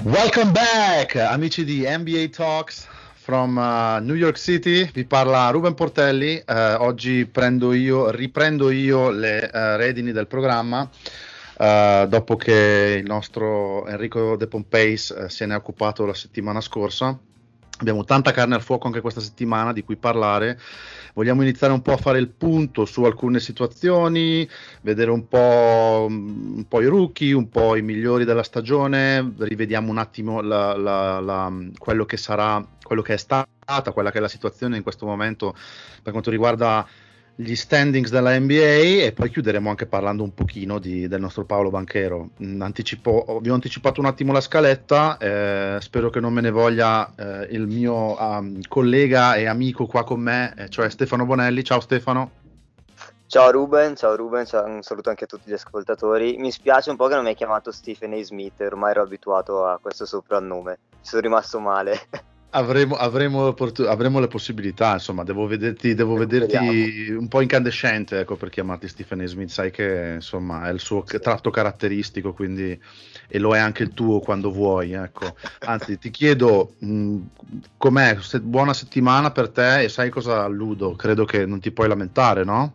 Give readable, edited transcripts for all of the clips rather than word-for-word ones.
Welcome back, amici di NBA Talks from New York City. Vi parla Ruben Portelli. Oggi riprendo io le redini del programma dopo che il nostro Enrico De Pompeis se ne è occupato la settimana scorsa. Abbiamo tanta carne al fuoco anche questa settimana di cui parlare. Vogliamo iniziare un po' a fare il punto su alcune situazioni, vedere un po' i rookie, un po' i migliori della stagione, rivediamo un attimo quello che sarà, quello che è stata, quella che è la situazione in questo momento per quanto riguarda gli standings della NBA e poi chiuderemo anche parlando un pochino del nostro Paolo Banchero. Vi ho anticipato un attimo la scaletta, spero che non me ne voglia il mio collega e amico qua con me, cioè Stefano Bonelli. Ciao Stefano. Ciao Ruben, un saluto anche a tutti gli ascoltatori. Mi spiace un po' che non mi hai chiamato Stephen A. Smith, ormai ero abituato a questo soprannome, ci sono rimasto male. Avremo le possibilità, insomma, devo vederti un po' incandescente, ecco, per chiamarti Stephen A. Smith, sai che insomma è il suo tratto caratteristico, quindi, e lo è anche il tuo quando vuoi, ecco. Anzi, ti chiedo com'è, buona settimana per te e sai cosa alludo? Credo che non ti puoi lamentare, no?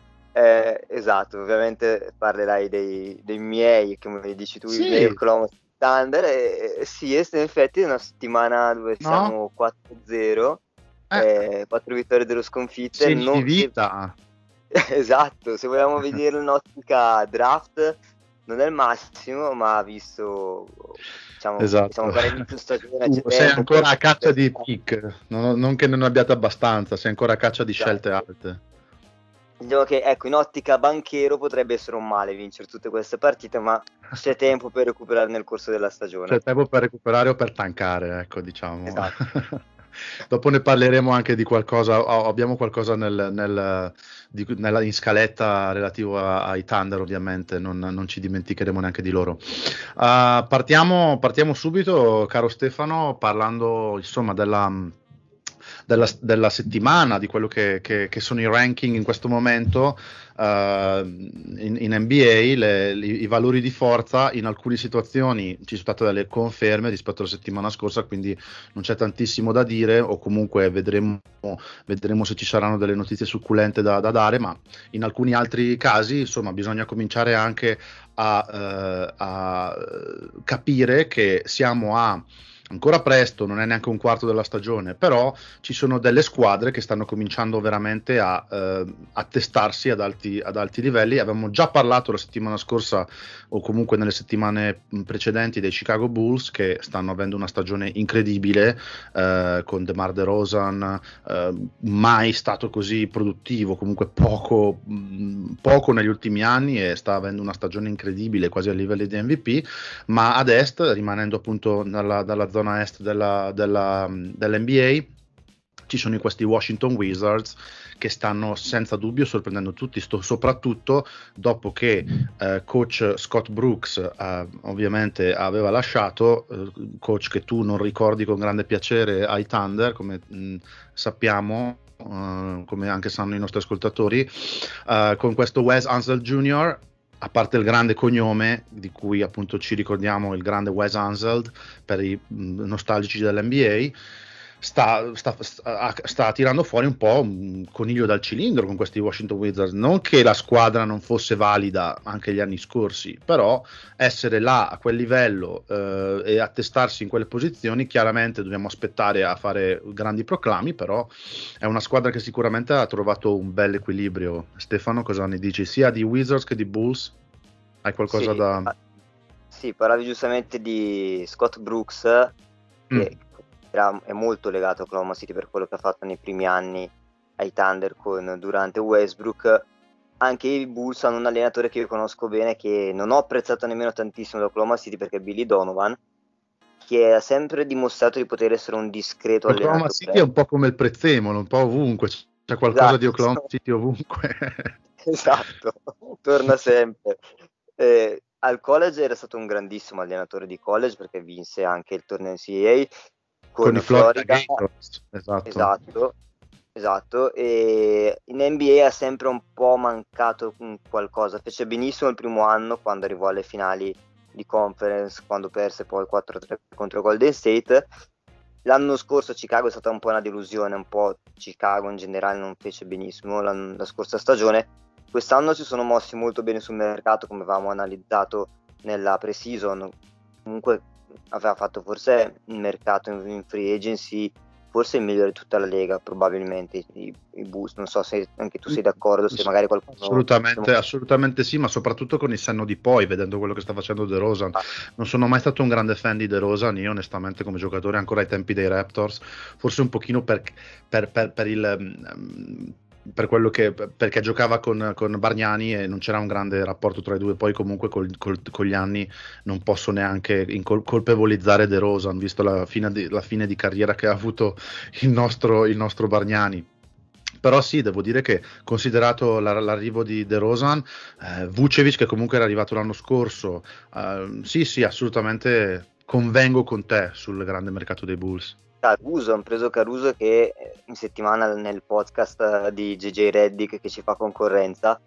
Esatto, ovviamente parlerai dei miei, come dici tu, Sì. i miei Oklahoma City Thunder, e sì, in effetti è una settimana dove siamo 4-0, 4 vittorie dello sconfitte. Segni di vita. Esatto, se vogliamo vedere un'ottica draft non è il massimo, ma visto, diciamo, Esatto. siamo ancora inizio stagione, Sei ancora a caccia di pick, non che non abbiate abbastanza, sei ancora a caccia di scelte alte. Diciamo che, ecco, in ottica Banchero potrebbe essere un male vincere tutte queste partite, ma c'è tempo per recuperare nel corso della stagione. C'è tempo per recuperare o per tankare, ecco, diciamo. Esatto. Dopo ne parleremo anche di qualcosa, abbiamo qualcosa in scaletta relativo ai Thunder, ovviamente, non ci dimenticheremo neanche di loro. Partiamo subito, caro Stefano, parlando insomma della settimana, di quello che sono i ranking in questo momento in NBA, i valori di forza. In alcune situazioni ci sono state delle conferme rispetto alla settimana scorsa, quindi non c'è tantissimo da dire, o comunque vedremo se ci saranno delle notizie succulente da dare, ma in alcuni altri casi insomma bisogna cominciare anche a capire che siamo ancora presto, non è neanche un quarto della stagione, però ci sono delle squadre che stanno cominciando veramente a testarsi ad alti livelli. Avevamo già parlato la settimana scorsa, o comunque nelle settimane precedenti, dei Chicago Bulls, che stanno avendo una stagione incredibile, con DeMar DeRozan mai stato così produttivo, comunque poco negli ultimi anni, e sta avendo una stagione incredibile, quasi a livelli di MVP. Ma ad est, rimanendo appunto dalla zona est dell'NBA, ci sono questi Washington Wizards che stanno senza dubbio sorprendendo tutti, soprattutto dopo che coach Scott Brooks ovviamente aveva lasciato, coach che tu non ricordi con grande piacere ai Thunder, come sappiamo, come anche sanno i nostri ascoltatori, con questo Wes Unseld Jr., a parte il grande cognome di cui appunto ci ricordiamo, il grande Wes Unseld per i nostalgici dell'NBA, sta tirando fuori un po' un coniglio dal cilindro con questi Washington Wizards. Non che la squadra non fosse valida anche gli anni scorsi, però essere là a quel livello e attestarsi in quelle posizioni, chiaramente dobbiamo aspettare a fare grandi proclami, però è una squadra che sicuramente ha trovato un bel equilibrio. Stefano, cosa ne dici? Sia di Wizards che di Bulls? Hai qualcosa da... Sì, parlavi giustamente di Scott Brooks, che è molto legato a Oklahoma City per quello che ha fatto nei primi anni ai Thunder con Durant e Westbrook. Anche i Bulls hanno un allenatore che io conosco bene, che non ho apprezzato nemmeno tantissimo da Oklahoma City, perché è Billy Donovan, che ha sempre dimostrato di poter essere un discreto allenatore. Oklahoma City è un po' come il prezzemolo, un po' ovunque, c'è qualcosa di Oklahoma City ovunque. Esatto, torna sempre. Al college era stato un grandissimo allenatore di college, perché vinse anche il torneo NCAA con i Florida Gators. Esatto, e in NBA ha sempre un po' mancato qualcosa. Fece benissimo il primo anno quando arrivò alle finali di conference quando perse poi 4-3 contro Golden State. L'anno scorso Chicago è stata un po' una delusione, un po' Chicago in generale non fece benissimo la scorsa stagione. Quest'anno si sono mossi molto bene sul mercato, come avevamo analizzato nella pre-season. Comunque aveva fatto forse il mercato in free agency forse il migliore di tutta la Lega, probabilmente i Bulls. Non so se anche tu sei d'accordo, se magari qualcuno... Assolutamente sì, ma soprattutto con il senno di poi, vedendo quello che sta facendo DeRozan. Non sono mai stato un grande fan di DeRozan, io onestamente come giocatore ancora ai tempi dei Raptors, forse un pochino per quello perché giocava con Bargnani e non c'era un grande rapporto tra i due. Poi comunque con gli anni non posso neanche colpevolizzare DeRozan, visto la fine di carriera che ha avuto il nostro Bargnani. Però sì, devo dire che considerato l'arrivo di DeRozan, Vucevic che comunque era arrivato l'anno scorso, sì, assolutamente convengo con te sul grande mercato dei Bulls. Hanno preso Caruso che in settimana nel podcast di JJ Redick che ci fa concorrenza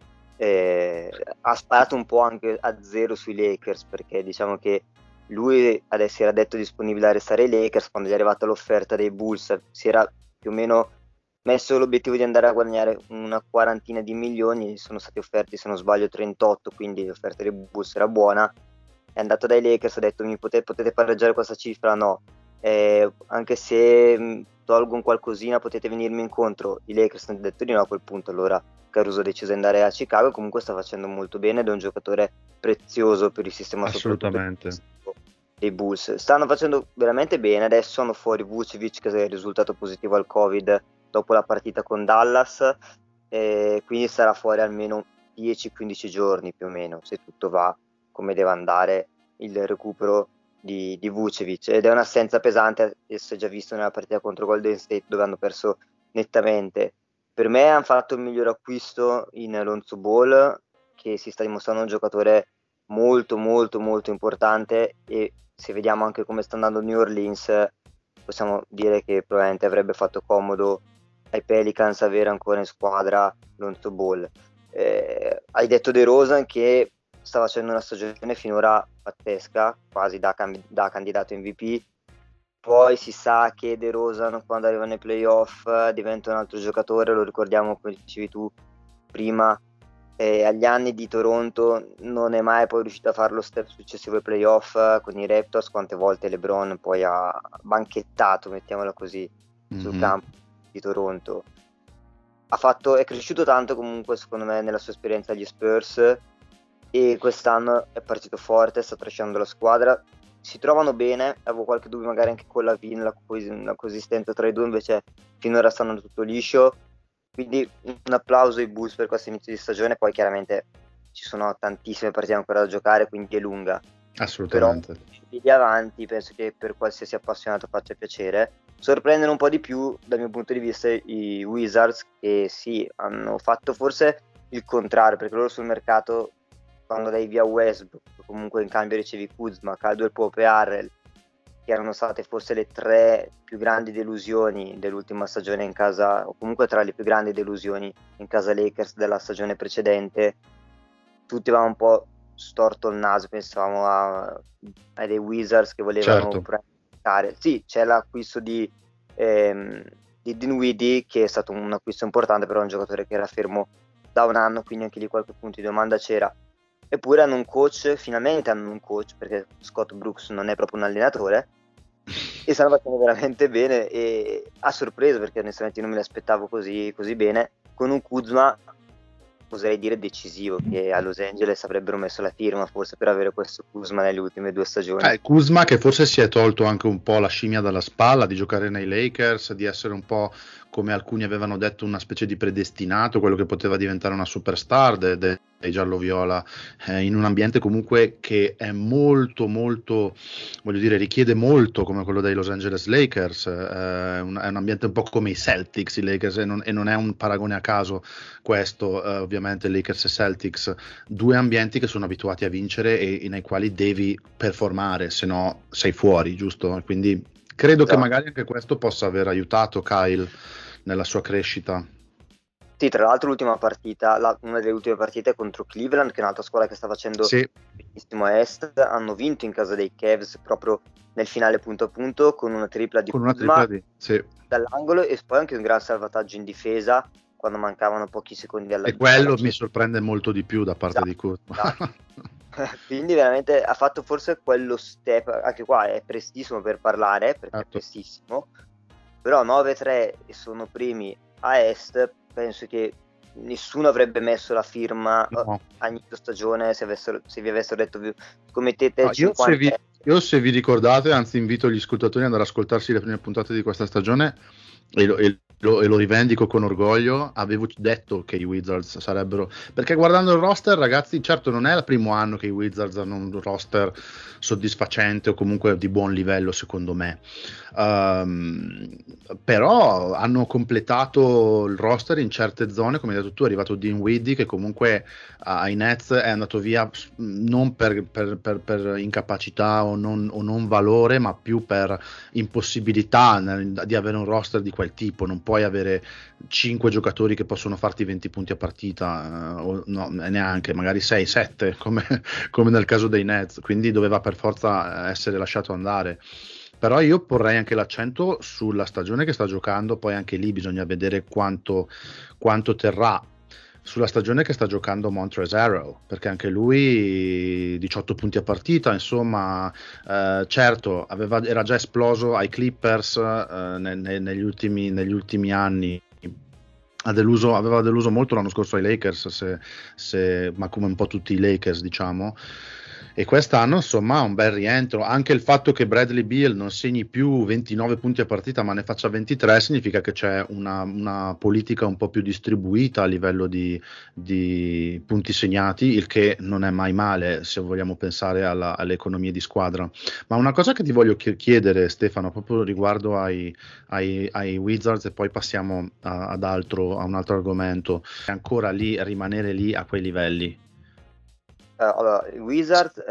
ha sparato un po' anche a zero sui Lakers, perché diciamo che lui adesso era detto disponibile a restare ai Lakers. Quando gli è arrivata l'offerta dei Bulls si era più o meno messo l'obiettivo di andare a guadagnare una quarantina di milioni, sono stati offerti se non sbaglio 38, quindi l'offerta dei Bulls era buona. È andato dai Lakers, ha detto potete pareggiare questa cifra? No. Anche se tolgo un qualcosina potete venirmi incontro. I Lakers hanno detto di no. A quel punto allora Caruso ha deciso di andare a Chicago. Comunque sta facendo molto bene ed è un giocatore prezioso per il sistema assolutamente dei Bulls. Stanno facendo veramente bene. Adesso hanno fuori Vucevic che è risultato positivo al Covid dopo la partita con Dallas, quindi sarà fuori almeno 10-15 giorni più o meno, se tutto va come deve andare, il recupero di Vucevic. Ed è un'assenza pesante, si è già visto nella partita contro Golden State dove hanno perso nettamente. Per me hanno fatto il miglior acquisto in Lonzo Ball, che si sta dimostrando un giocatore molto molto molto importante, e se vediamo anche come sta andando New Orleans possiamo dire che probabilmente avrebbe fatto comodo ai Pelicans avere ancora in squadra Lonzo Ball. Hai detto DeRozan che sta facendo una stagione finora pazzesca, quasi da candidato MVP. Poi si sa che DeRozan quando arriva nei playoff diventa un altro giocatore, lo ricordiamo come dicevi tu prima, agli anni di Toronto non è mai poi riuscito a fare lo step successivo ai playoff con i Raptors. Quante volte LeBron poi ha banchettato, mettiamola così, sul campo di Toronto. È cresciuto tanto comunque secondo me nella sua esperienza agli Spurs, e quest'anno è partito forte, sta crescendo la squadra, si trovano bene. Avevo qualche dubbio magari anche con la Vin, la consistenza tra i due, invece finora sta andando tutto liscio, quindi un applauso ai Bulls per questo inizio di stagione. Poi chiaramente ci sono tantissime partite ancora da giocare, quindi è lunga, assolutamente, però piedi avanti penso che per qualsiasi appassionato faccia piacere. Sorprendono un po' di più dal mio punto di vista i Wizards, che sì, hanno fatto forse il contrario, perché loro sul mercato, quando dai via Westbrook, comunque in cambio ricevi Kuzma, Caldwell Pope e Harrell, che erano state forse le 3 più grandi delusioni dell'ultima stagione in casa, o comunque tra le più grandi delusioni in casa Lakers della stagione precedente. Tutti avevamo un po' storto il naso, pensavamo ai dei Wizards che volevano certo. Sì, c'è l'acquisto di Dinwiddie, che è stato un acquisto importante, però è un giocatore che era fermo da un anno, quindi anche lì qualche punto di domanda c'era. Eppure finalmente hanno un coach, perché Scott Brooks non è proprio un allenatore, e stanno facendo veramente bene, e ha sorpreso perché onestamente non me l'aspettavo così bene, con un Kuzma, oserei dire decisivo, che a Los Angeles avrebbero messo la firma forse per avere questo Kuzma nelle ultime 2 stagioni. Kuzma che forse si è tolto anche un po' la scimmia dalla spalla di giocare nei Lakers, di essere un po', come alcuni avevano detto, una specie di predestinato, quello che poteva diventare una superstar dei giallo-viola, in un ambiente comunque che è molto molto, voglio dire, richiede molto, come quello dei Los Angeles Lakers. È un ambiente un po' come i Celtics, i Lakers, e non è un paragone a caso questo, ovviamente Lakers e Celtics, 2 ambienti che sono abituati a vincere e nei quali devi performare, se no sei fuori, giusto? Quindi credo che magari anche questo possa aver aiutato Kyle nella sua crescita. Sì, tra l'altro l'ultima partita, una delle ultime partite contro Cleveland, che è un'altra squadra che sta facendo benissimo a Est, hanno vinto in casa dei Cavs proprio nel finale punto a punto con una tripla di Kuzma dall'angolo, e poi anche un gran salvataggio in difesa quando mancavano pochi secondi alla e quello mi sorprende molto di più da parte di Kuzma. Quindi veramente ha fatto forse quello step, anche qua è prestissimo per parlare, perché è prestissimo, però 9-3 e sono primi a Est. Penso che nessuno avrebbe messo la firma a inizio stagione se vi avessero detto scommettete 50. Io se vi ricordate, anzi invito gli ascoltatori ad andare ad ascoltarsi le prime puntate di questa stagione e lo rivendico con orgoglio, avevo detto che i Wizards sarebbero, perché guardando il roster, ragazzi, certo non è il primo anno che i Wizards hanno un roster soddisfacente o comunque di buon livello secondo me, però hanno completato il roster in certe zone, come hai detto tu, è arrivato Dinwiddie che comunque ai Nets è andato via non per incapacità o non valore, ma più per impossibilità di avere un roster di quel tipo. Non puoi avere 5 giocatori che possono farti 20 punti a partita, o no, neanche, magari 6-7 come nel caso dei Nets, quindi doveva per forza essere lasciato andare. Però io porrei anche l'accento sulla stagione che sta giocando, poi anche lì bisogna vedere quanto terrà, sulla stagione che sta giocando Montrezl Harrell, perché anche lui 18 punti a partita, insomma, certo era già esploso ai Clippers negli ultimi anni. Aveva deluso molto l'anno scorso ai Lakers, ma come un po' tutti i Lakers, diciamo. E quest'anno insomma un bel rientro. Anche il fatto che Bradley Beal non segni più 29 punti a partita ma ne faccia 23 significa che c'è una politica un po' più distribuita a livello di punti segnati, il che non è mai male se vogliamo pensare alle economie di squadra. Ma una cosa che ti voglio chiedere, Stefano, proprio riguardo ai Wizards, e poi passiamo a un altro argomento, è ancora lì, rimanere lì a quei livelli. Allora, i Wizards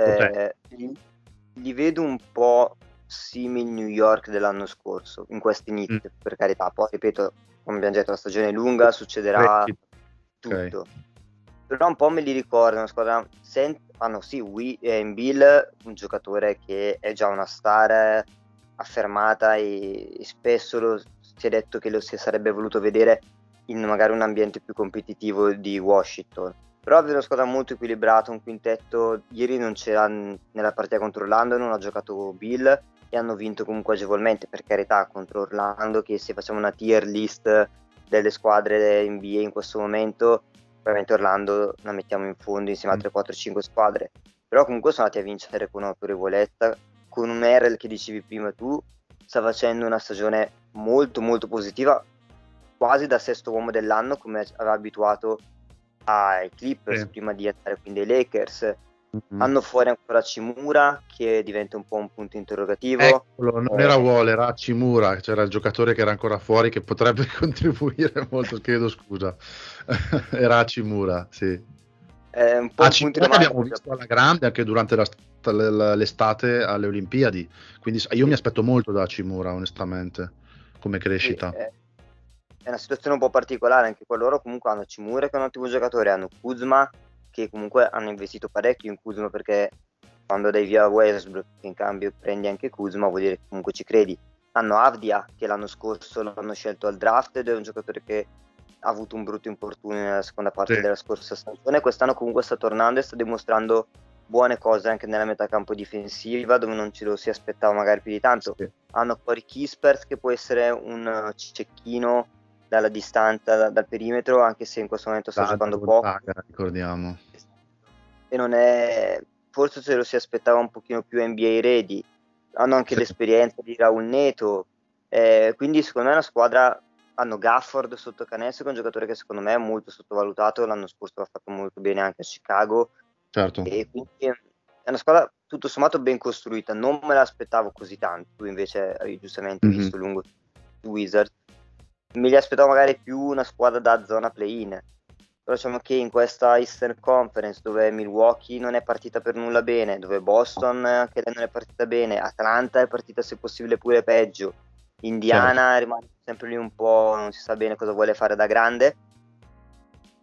li vedo un po' simili New York dell'anno scorso in questi inizio, per carità. Poi ripeto, come abbiamo detto, la stagione è lunga, succederà tutto. Okay. Però un po' me li ricordo una squadra in Bill, un giocatore che è già una star affermata e spesso si è detto che lo si sarebbe voluto vedere in magari un ambiente più competitivo di Washington. Però è una squadra molto equilibrata, un quintetto. Ieri non c'era nella partita contro Orlando, non ha giocato Bill e hanno vinto comunque agevolmente, per carità, contro Orlando, che se facciamo una tier list delle squadre NBA in questo momento, probabilmente Orlando la mettiamo in fondo insieme a altre 4-5 squadre. Però comunque sono andati a vincere con autorevolezza, con un Merrill che dicevi prima tu, sta facendo una stagione molto molto positiva, quasi da sesto uomo dell'anno, come aveva abituato ai Clippers prima di andare quindi ai Lakers. Hanno fuori ancora Hachimura, che diventa un po' un punto interrogativo. Eccolo, non era Wall, era Hachimura, c'era il giocatore che era ancora fuori che potrebbe contribuire molto, chiedo scusa. Era Hachimura, sì. È un po' un punto di domanda. Abbiamo visto alla grande anche durante l'estate alle Olimpiadi, quindi io mi aspetto molto da Hachimura, onestamente, come crescita. È una situazione un po' particolare anche qua. Loro comunque hanno Hachimura, che è un ottimo giocatore, hanno Kuzma, che comunque hanno investito parecchio in Kuzma, perché quando dai via Westbrook in cambio prendi anche Kuzma vuol dire che comunque ci credi. Hanno Avdia, che l'anno scorso l'hanno scelto al draft ed è un giocatore che ha avuto un brutto infortunio nella seconda parte della scorsa stagione. Quest'anno comunque sta tornando e sta dimostrando buone cose anche nella metà campo difensiva, dove non ce lo si aspettava magari più di tanto. Hanno poi Kispert, che può essere un cecchino dalla distanza, dal perimetro, anche se in questo momento sta giocando poco, ricordiamo, e non è, forse se lo si aspettava un pochino più NBA ready. Hanno anche l'esperienza di Raul Neto, quindi secondo me è una squadra. Hanno Gafford sotto canestro, che è un giocatore che secondo me è molto sottovalutato, l'anno scorso ha fatto molto bene anche a Chicago, e quindi è una squadra tutto sommato ben costruita. Non me l'aspettavo così tanto, tu invece hai giustamente visto lungo Wizards, me li aspettavo magari più una squadra da zona play-in, però diciamo che in questa Eastern Conference, dove Milwaukee non è partita per nulla bene, dove Boston anche lei non è partita bene, Atlanta è partita se possibile pure peggio, Indiana rimane sempre lì un po', non si sa bene cosa vuole fare da grande,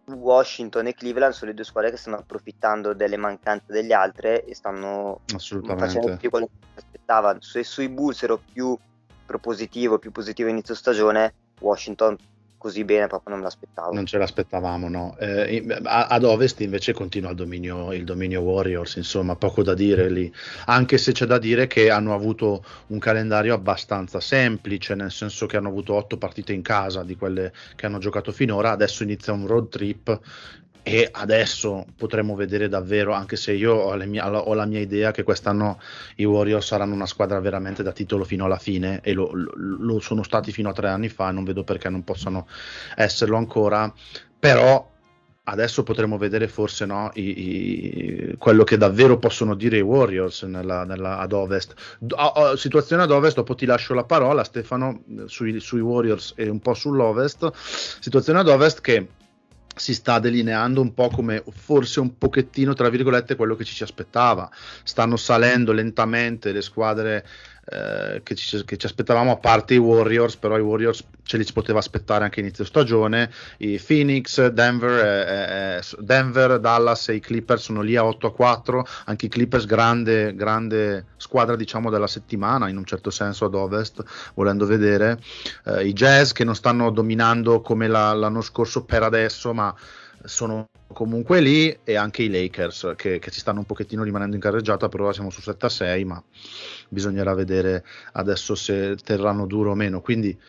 Washington e Cleveland sono le due squadre che stanno approfittando delle mancanze delle altre e stanno facendo più quello che si aspettava. Se sui Bulls ero più positivo inizio stagione, Washington così bene proprio non me l'aspettavo. Non ce l'aspettavamo, no. Ad Ovest invece continua il dominio Warriors, insomma, poco da dire lì, anche se c'è da dire che hanno avuto un calendario abbastanza semplice, nel senso che hanno avuto 8 partite in casa di quelle che hanno giocato finora, adesso inizia un road trip e adesso potremo vedere davvero, anche se io ho la mia idea che quest'anno i Warriors saranno una squadra veramente da titolo fino alla fine, e lo sono stati fino a 3 anni fa, non vedo perché non possano esserlo ancora, però adesso potremo vedere forse, no, quello che davvero possono dire i Warriors ad Ovest. Situazione ad Ovest, dopo ti lascio la parola Stefano sui Warriors e un po' sull'Ovest. Situazione ad Ovest che si sta delineando un po' come forse un pochettino, tra virgolette, quello che ci aspettava. Stanno salendo lentamente le squadre che ci aspettavamo, a parte i Warriors, però i Warriors ce li si poteva aspettare anche inizio stagione. I Phoenix, Denver, Dallas e i Clippers sono lì a 8-4, anche i Clippers grande squadra, diciamo, della settimana in un certo senso ad Ovest, volendo vedere. I Jazz che non stanno dominando come l'anno scorso per adesso, ma sono comunque lì, e anche i Lakers che ci stanno un pochettino rimanendo in carreggiata, però siamo su 7-6, ma bisognerà vedere adesso se terranno duro o meno. Quindi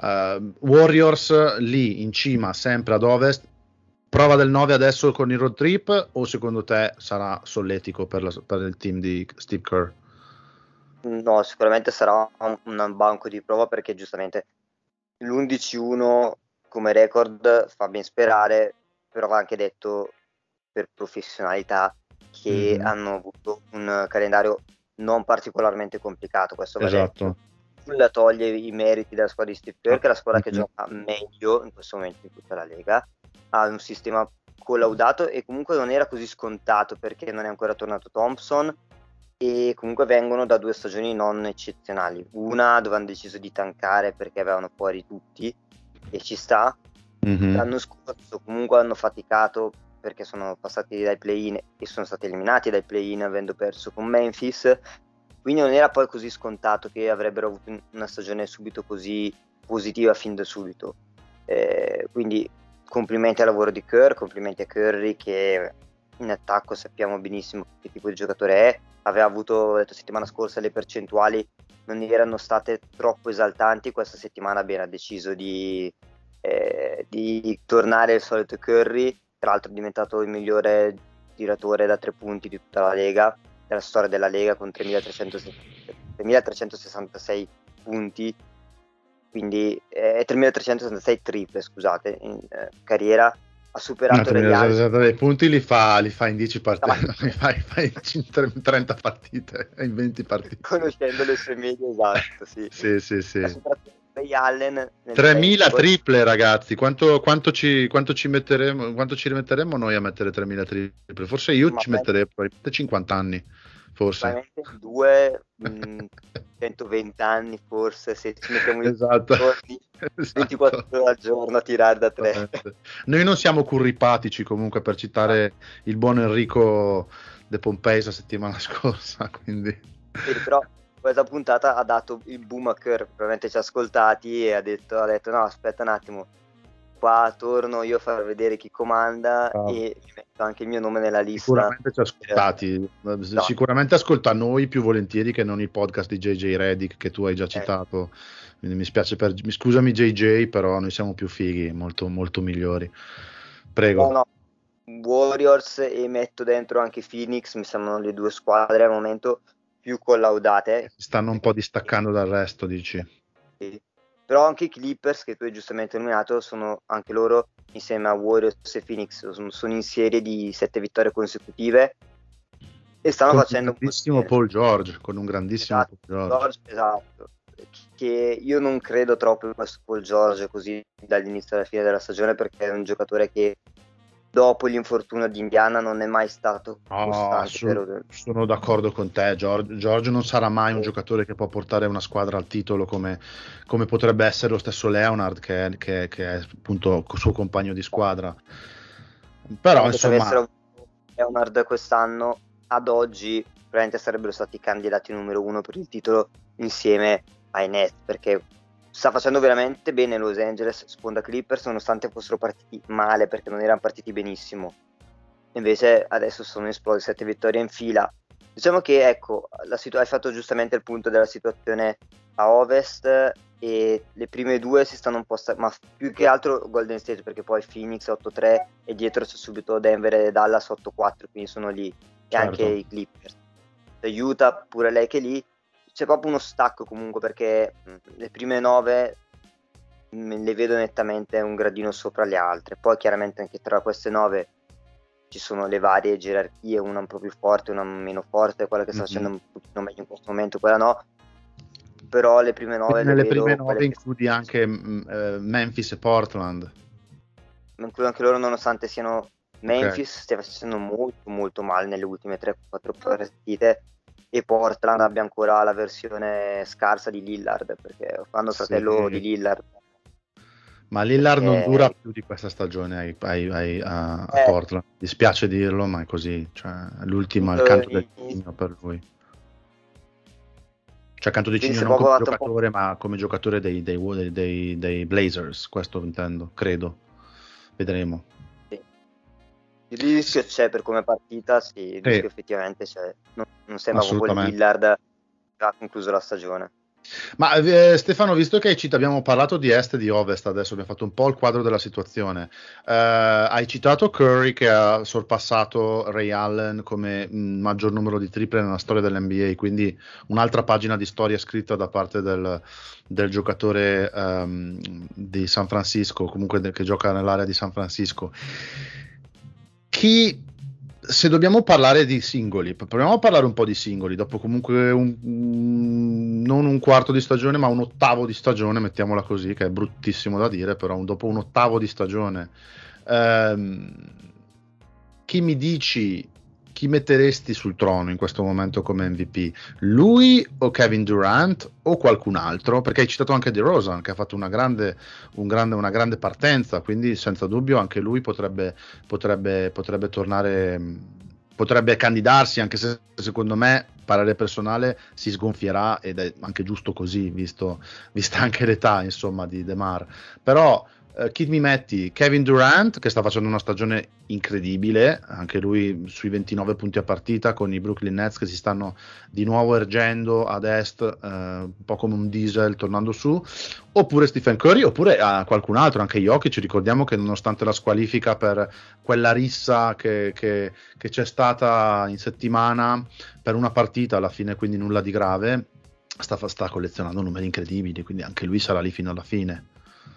Warriors lì in cima sempre ad Ovest, prova del 9 adesso con il road trip, o secondo te sarà solletico per il team di Steve Kerr? No, sicuramente sarà un banco di prova, perché giustamente l'11-1 come record fa ben sperare, però va anche detto per professionalità che hanno avuto un calendario non particolarmente complicato. Questo va detto. Nulla toglie i meriti della squadra di Steve Kerr, che è la squadra che gioca meglio in questo momento in tutta la Lega, ha un sistema collaudato e comunque non era così scontato, perché non è ancora tornato Thompson e comunque vengono da 2 stagioni non eccezionali, una dove hanno deciso di tankare perché avevano fuori tutti e ci sta. L'anno scorso comunque hanno faticato perché sono passati dai play-in e sono stati eliminati dai play-in avendo perso con Memphis, quindi non era poi così scontato che avrebbero avuto una stagione subito così positiva fin da subito. Quindi complimenti al lavoro di Kerr, complimenti a Curry, che in attacco sappiamo benissimo che tipo di giocatore è. Aveva avuto, detto settimana scorsa, le percentuali non erano state troppo esaltanti, questa settimana ha deciso di tornare al solito Curry. Tra l'altro è diventato il migliore tiratore da 3 punti di tutta la Lega, della storia della Lega, con 3.366 punti, quindi 3.366 triple, scusate, in carriera. Ha superato i punti li fa in 10 partite, li fa in 30 partite, in 20 partite. Conoscendo le sue medie, esatto, sì. Sì. Ha superato Ray Allen 3.000 triple, ragazzi, quanto ci metteremo, quanto ci rimetteremo noi a mettere 3.000 triple? Forse io ci metterei 50 anni, forse 120 anni, forse, se ci mettiamo esatto. giorni, 24 ore al giorno a tirare da 3. Noi non siamo curripatici, comunque, per citare il buon Enrico De Pompei la settimana scorsa, quindi però questa puntata ha dato il boom a Kerr, probabilmente ci ha ascoltati e ha detto no, aspetta un attimo, qua torno io a far vedere chi comanda e metto anche il mio nome nella lista. Sicuramente ci ha ascoltati, sicuramente ascolta noi più volentieri che non il podcast di JJ Redick che tu hai già citato, quindi mi spiace scusami JJ, però noi siamo più fighi, molto, molto migliori. Prego. No. Warriors e metto dentro anche Phoenix, mi sembrano le 2 squadre al momento più collaudate. Stanno un po' distaccando dal resto, dici? Sì. Però anche i Clippers, che tu hai giustamente nominato, sono anche loro, insieme a Warriors e Phoenix, sono in serie di 7 vittorie consecutive e stanno facendo un grandissimo Paul George, con un grandissimo Paul George. Esatto, che io non credo troppo in questo Paul George così dall'inizio alla fine della stagione, perché è un giocatore che dopo l'infortunio di Indiana non è mai stato costante. Sono d'accordo con te. George non sarà mai un giocatore che può portare una squadra al titolo come potrebbe essere lo stesso Leonard, che è appunto il suo compagno di squadra. Però Diciamo che se insomma, avessero Leonard quest'anno, ad oggi probabilmente sarebbero stati candidati numero uno per il titolo insieme ai Nets, perché sta facendo veramente bene Los Angeles, sponda Clippers, nonostante fossero partiti male, perché non erano partiti benissimo. Invece adesso sono esplose 7 vittorie in fila. Diciamo che ecco, hai fatto giustamente il punto della situazione a Ovest, e le prime due si stanno un po' ma più che altro Golden State, perché poi Phoenix 8-3 e dietro c'è subito Denver e Dallas 8-4, quindi sono lì, e anche certo. i Clippers. Utah pure lei che lì, c'è proprio uno stacco comunque, perché le prime 9 le vedo nettamente un gradino sopra le altre. Poi chiaramente anche tra queste 9 ci sono le varie gerarchie, una un po' più forte, una meno forte, quella che sta facendo un pochino meglio in questo momento, quella no. Però le prime 9 le Nelle vedo, prime quelle 9 che includi anche Memphis e Portland. includo anche loro, nonostante siano Ok. Memphis, stia facendo molto molto male nelle ultime 3-4 partite, e Portland abbia ancora la versione scarsa di Lillard, perché fanno fratello di Sì. Lillard. Ma Lillard non dura Perché più di questa stagione a Portland. Dispiace dirlo, ma è così. Cioè, l'ultimo è il canto del cigno per lui. Cioè, canto di quindi cigno si è non proprio come dato un po'. giocatore, ma come giocatore dei Blazers. Questo intendo, credo. Vedremo. Il rischio c'è per come partita, sì, il Sì, rischio effettivamente c'è. Non sembra proprio assolutamente. Lillard che ha concluso la stagione. Ma Stefano, visto che abbiamo parlato di est e di ovest, adesso abbiamo fatto un po' il quadro della situazione. Hai citato Curry che ha sorpassato Ray Allen come maggior numero di triple nella storia dell'NBA, quindi un'altra pagina di storia scritta da parte del giocatore di San Francisco, comunque che gioca nell'area di San Francisco. Se dobbiamo parlare di singoli, proviamo a parlare un po' di singoli, dopo comunque non un quarto di stagione, ma un ottavo di stagione, mettiamola così, che è bruttissimo da dire, però dopo un ottavo di stagione, ehm, chi mi dici, chi metteresti sul trono in questo momento come MVP? Lui o Kevin Durant o qualcun altro? Perché hai citato anche DeRozan, che ha fatto una grande partenza, quindi senza dubbio anche lui potrebbe tornare, potrebbe candidarsi, anche se secondo me, parere personale, si sgonfierà, ed è anche giusto così, vista anche l'età, insomma, di DeMar. Però chi mi metti? Kevin Durant, che sta facendo una stagione incredibile, anche lui sui 29 punti a partita, con i Brooklyn Nets che si stanno di nuovo ergendo ad est, un po' come un diesel tornando su, oppure Stephen Curry, oppure qualcun altro, anche Jokic. Ricordiamo che nonostante la squalifica per quella rissa che c'è stata in settimana per una partita, alla fine quindi nulla di grave, sta collezionando numeri incredibili, quindi anche lui sarà lì fino alla fine.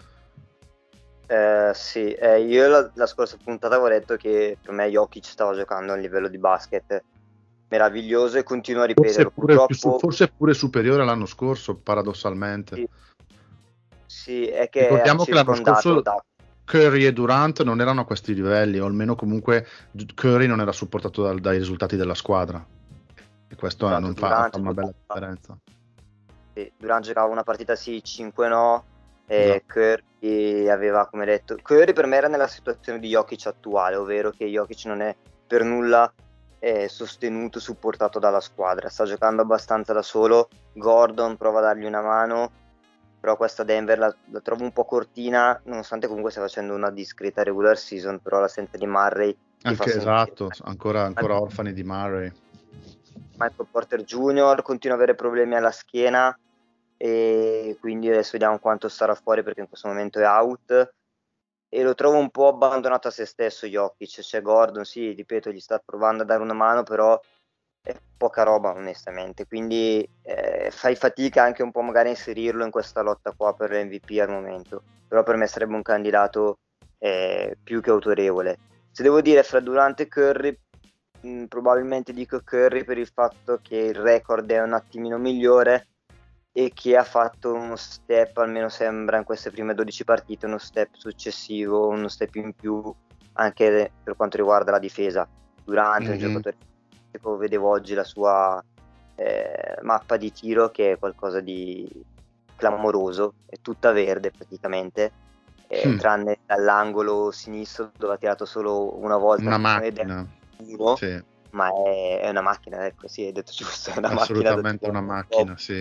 Sì, io la scorsa puntata avevo detto che per me Jokic stava giocando a un livello di basket meraviglioso, e continuo a ripeterlo. Purtroppo Forse pure superiore all'anno scorso, paradossalmente. sì, sì, è che è Ricordiamo che l'anno circondato scorso da. Curry e Durant non erano a questi livelli, o almeno comunque Curry non era supportato dai risultati della squadra, e questo Esatto, non fa Durant una bella giocava, differenza. sì, Durant giocava una partita sì, 5 no, e Esatto. Curry aveva, come detto, Curry per me era nella situazione di Jokic attuale, ovvero che Jokic non è per nulla sostenuto, supportato dalla squadra, sta giocando abbastanza da solo. Gordon prova a dargli una mano, però questa Denver la trovo un po' cortina, nonostante comunque stia facendo una discreta regular season, però l'assenza di Murray ti fa Anche sentire. esatto, ancora orfani di Murray. Michael Porter Jr. continua ad avere problemi alla schiena, e quindi adesso vediamo quanto starà fuori, perché in questo momento è out, e lo trovo un po' abbandonato a se stesso Jokic. C'è Gordon, sì, ripeto, gli sta provando a dare una mano, però è poca roba onestamente, quindi fai fatica anche un po' magari a inserirlo in questa lotta qua per l'MVP al momento, però per me sarebbe un candidato più che autorevole. Se devo dire fra Durant e Curry, probabilmente dico Curry, per il fatto che il record è un attimino migliore e che ha fatto uno step, almeno sembra in queste prime 12 partite, uno step successivo, uno step in più anche per quanto riguarda la difesa. Durant è un giocatore, vedevo oggi la sua mappa di tiro, che è qualcosa di clamoroso, è tutta verde praticamente, tranne dall'angolo sinistro dove ha tirato solo una volta. Una macchina. Sì. Ma è una macchina, ecco, sì, hai detto giusto, è una assolutamente macchina. Una macchina, sì.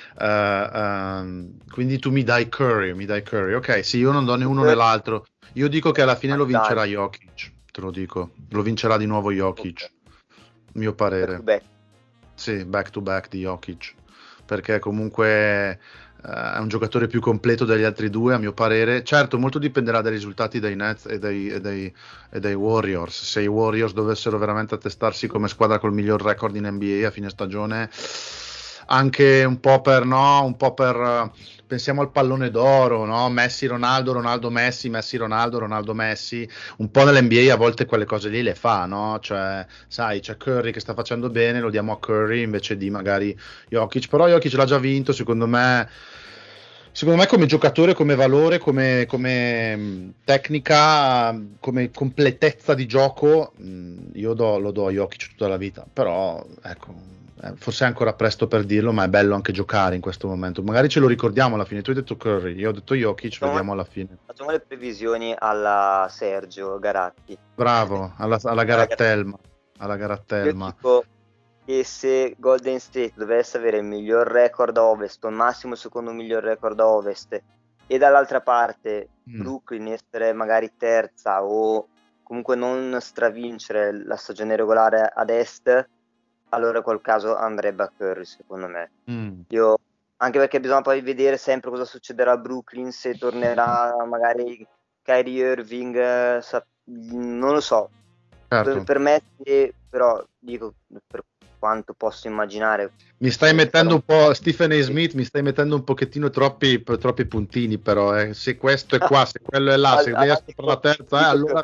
Quindi tu mi dai Curry. Ok, sì, io non do né uno né l'altro. Io dico che alla fine lo vincerà Jokic, te lo dico. Lo vincerà di nuovo Jokic, mio parere. Back to back di Jokic, perché comunque è un giocatore più completo degli altri due, a mio parere. Certo, molto dipenderà dai risultati dei Nets e dei Warriors. Se i Warriors dovessero veramente attestarsi come squadra col miglior record in NBA a fine stagione, anche un po' per pensiamo al pallone d'oro, no? Messi, Ronaldo, Messi, Messi, Ronaldo, Messi. Un po' nell'NBA a volte quelle cose lì le fa, no? Cioè, sai, c'è Curry che sta facendo bene, lo diamo a Curry invece di magari Jokic. Però Jokic l'ha già vinto, secondo me come giocatore, come valore, come tecnica, come completezza di gioco, io lo do a Jokic tutta la vita. Però, ecco, forse è ancora presto per dirlo, ma è bello anche giocare in questo momento. Magari ce lo ricordiamo alla fine. Tu hai detto Curry, io ho detto Jokic, vediamo alla fine. Facciamo le previsioni alla Sergio Garatti. Bravo, alla Garattelma. Io dico che se Golden State dovesse avere il miglior record a Ovest, o il massimo secondo miglior record a Ovest, e dall'altra parte Brooklyn essere magari terza o comunque non stravincere la stagione regolare ad Est, allora in quel caso andrebbe a Curry, secondo me. Io, anche perché bisogna poi vedere sempre cosa succederà a Brooklyn, se tornerà magari Kyrie Irving, non lo so. Certo. Per me, però dico, per quanto posso immaginare, mi stai mettendo un po' Stephen A. Smith, mi stai mettendo un pochettino troppi puntini, però se questo è qua, se quello è là, se devi essere per la terza, allora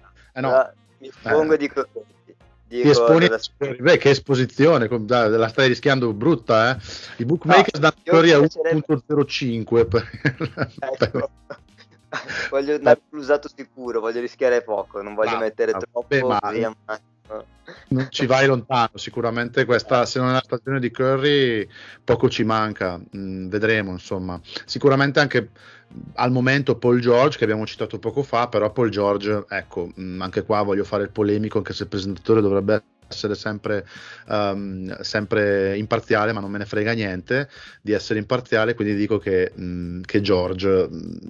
mi espongo e dico ti esponi, che esposizione, la stai rischiando brutta, i bookmakers danno Curry a 1.05 ecco. Voglio andare sull'usato sicuro, voglio rischiare poco, non voglio mettere troppo non ci vai lontano, sicuramente questa, se non è la stagione di Curry, poco ci manca, vedremo, insomma. Sicuramente anche al momento Paul George, che abbiamo citato poco fa, però Paul George, ecco, anche qua voglio fare il polemico, anche se il presentatore dovrebbe essere sempre imparziale, ma non me ne frega niente di essere imparziale, quindi dico che George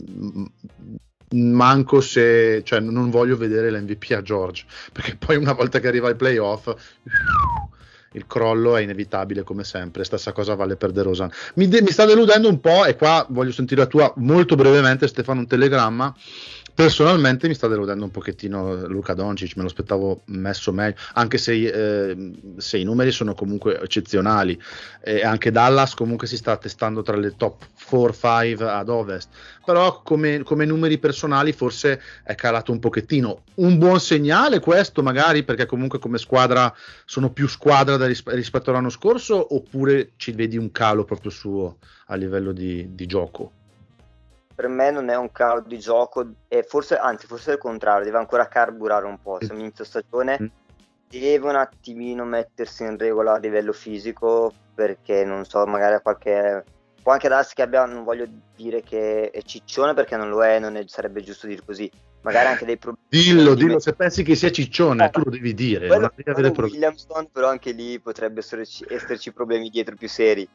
manco se, cioè non voglio vedere l'MVP a George, perché poi una volta che arriva ai playoff il crollo è inevitabile come sempre. Stessa cosa vale per DeRozan. Mi sta deludendo un po', e qua voglio sentire la tua molto brevemente, Stefano, un telegramma. Personalmente mi sta deludendo un pochettino Luka Doncic, me lo aspettavo messo meglio, anche se i numeri sono comunque eccezionali, e anche Dallas comunque si sta testando tra le top 4-5 ad Ovest, però come numeri personali forse è calato un pochettino. Un buon segnale questo magari, perché comunque come squadra sono più squadra rispetto all'anno scorso, oppure ci vedi un calo proprio suo a livello di gioco? Per me non è un calo di gioco, e forse è il contrario, deve ancora carburare un po'. Siamo inizio stagione, deve un attimino mettersi in regola a livello fisico, perché non so, magari può anche darsi che abbia, non voglio dire che è ciccione, perché non lo è, sarebbe giusto dire così, magari anche dei problemi. Dillo, se pensi che sia ciccione, tu lo devi dire. Williamson, però anche lì potrebbe esserci problemi dietro più seri.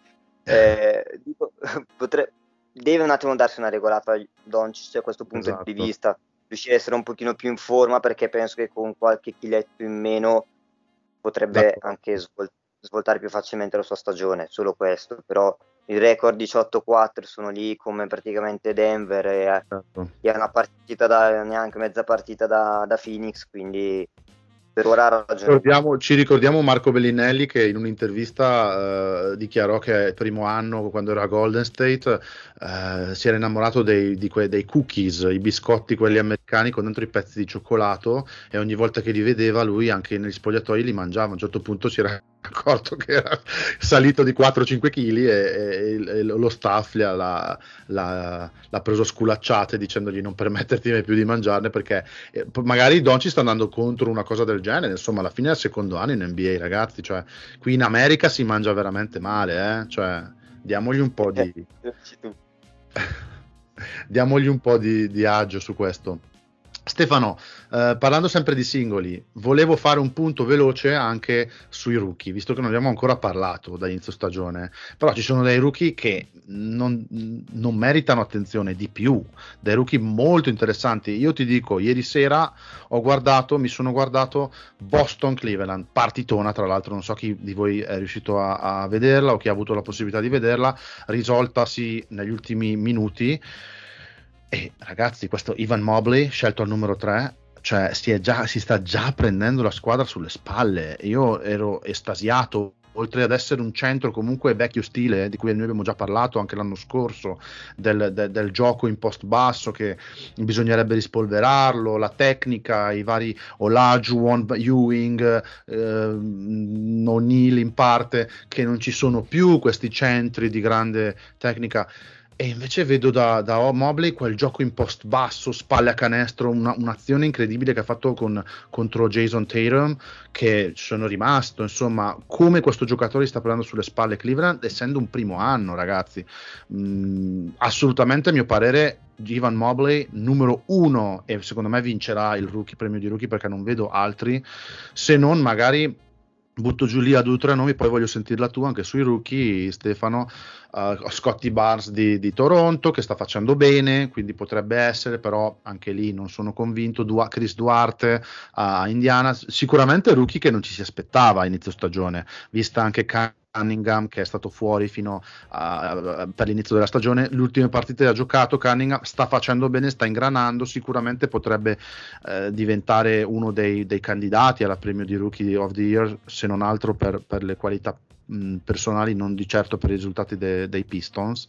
Deve un attimo darsi una regolata a Doncic a questo punto di vista, riuscire a essere un pochino più in forma, perché penso che con qualche chiletto in meno potrebbe anche svoltare più facilmente la sua stagione, solo questo. Però il record 18-4 sono lì come praticamente Denver, e ha una partita neanche mezza partita da Phoenix, quindi per ora ha ragione. Ci ricordiamo Marco Bellinelli, che in un'intervista dichiarò che il primo anno, quando era a Golden State, si era innamorato dei cookies, i biscotti quelli americani con dentro i pezzi di cioccolato, e ogni volta che li vedeva lui anche negli spogliatoi li mangiava. A un certo punto si era accorto che era salito di 4-5 kg e lo staff l'ha preso sculacciate dicendogli non permetterti mai più di mangiarne, perché magari Doncic sta andando contro una cosa del genere. Insomma, alla fine è il secondo anno in NBA, ragazzi, cioè qui in America si mangia veramente male, cioè diamogli un po' di Diamogli un po' di agio su questo. Stefano, parlando sempre di singoli, volevo fare un punto veloce anche sui rookie, visto che non abbiamo ancora parlato da inizio stagione, però ci sono dei rookie che non meritano attenzione di più, dei rookie molto interessanti. Io ti dico, ieri sera mi sono guardato Boston-Cleveland, partitona tra l'altro, non so chi di voi è riuscito a vederla o chi ha avuto la possibilità di vederla, risoltasi negli ultimi minuti. E ragazzi, questo Evan Mobley, scelto al numero 3, cioè si sta già prendendo la squadra sulle spalle. Io ero estasiato, oltre ad essere un centro comunque vecchio stile, di cui noi abbiamo già parlato anche l'anno scorso, del gioco in post basso che bisognerebbe rispolverarlo, la tecnica, i vari Olajuwon, Ewing, O'Neal in parte, che non ci sono più questi centri di grande tecnica. E invece vedo da Mobley quel gioco in post basso, spalle a canestro, un'azione incredibile che ha fatto contro Jason Tatum, che sono rimasto, insomma, come questo giocatore sta prendendo sulle spalle Cleveland, essendo un primo anno, ragazzi. Assolutamente, a mio parere, Evan Mobley numero 1, e secondo me vincerà il premio di rookie, perché non vedo altri, se non magari... Butto giù lì a 2 o 3 nomi, poi voglio sentirla tu anche sui rookie, Stefano. Scotty Barnes di Toronto, che sta facendo bene, quindi potrebbe essere, però anche lì non sono convinto. Chris Duarte a Indiana, sicuramente rookie che non ci si aspettava a inizio stagione, vista anche Cunningham, che è stato fuori fino per l'inizio della stagione. Le ultime partite ha giocato Cunningham, sta facendo bene, sta ingranando, sicuramente potrebbe diventare uno dei candidati alla premio di Rookie of the Year, se non altro per le qualità personali, non di certo per i risultati dei Pistons.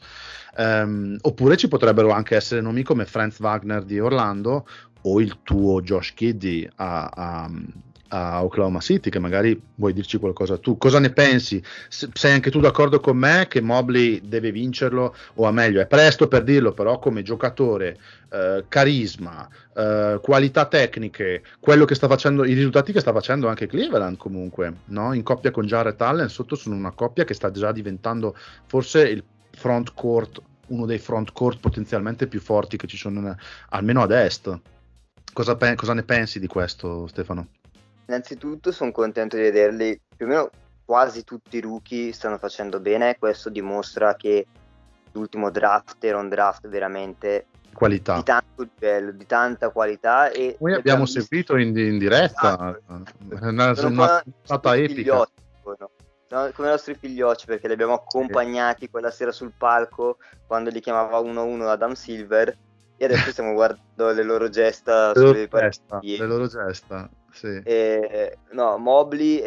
Oppure ci potrebbero anche essere nomi come Franz Wagner di Orlando o il tuo Josh Giddey a Oklahoma City, che magari vuoi dirci qualcosa tu. Cosa ne pensi? Sei anche tu d'accordo con me che Mobley deve vincerlo, o a meglio, è presto per dirlo, però come giocatore, carisma, qualità tecniche, quello che sta facendo, i risultati che sta facendo anche Cleveland comunque, no? In coppia con Jarrett Allen, sotto sono una coppia che sta già diventando forse il front court, uno dei front court potenzialmente più forti che ci sono almeno ad est. Cosa ne pensi di questo, Stefano? Innanzitutto sono contento di vederli, più o meno quasi tutti i rookie stanno facendo bene. Questo dimostra che l'ultimo draft era un draft veramente qualità, di tanto livello, di tanta qualità. E noi abbiamo seguito in diretta, sono stata epica. Sono come i nostri figliocci, perché li abbiamo accompagnati quella sera sul palco quando li chiamava 1-1 Adam Silver, e adesso stiamo guardando le loro gesta sulle partite. Le loro gesta, sì. No, Mobley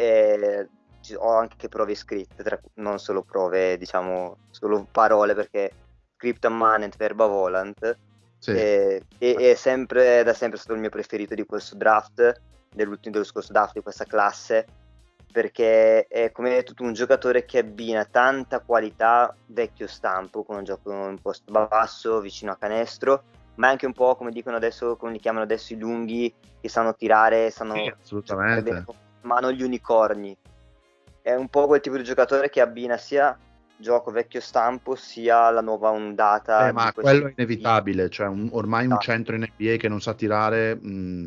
ho anche prove scritte, non solo prove, diciamo, solo parole, perché scriptam manet verba volant. Sì. È da sempre stato il mio preferito di questo draft, dello scorso draft, di questa classe, perché è, come hai detto tu, un giocatore che abbina tanta qualità vecchio stampo, con un gioco in posto basso, vicino a canestro, ma anche un po' come dicono adesso, come li chiamano adesso, i lunghi, che sanno tirare, sanno assolutamente mano gli unicorni. È un po' quel tipo di giocatore che abbina sia gioco vecchio stampo sia la nuova ondata. Ma quello è inevitabile, cioè ormai un centro in NBA che non sa tirare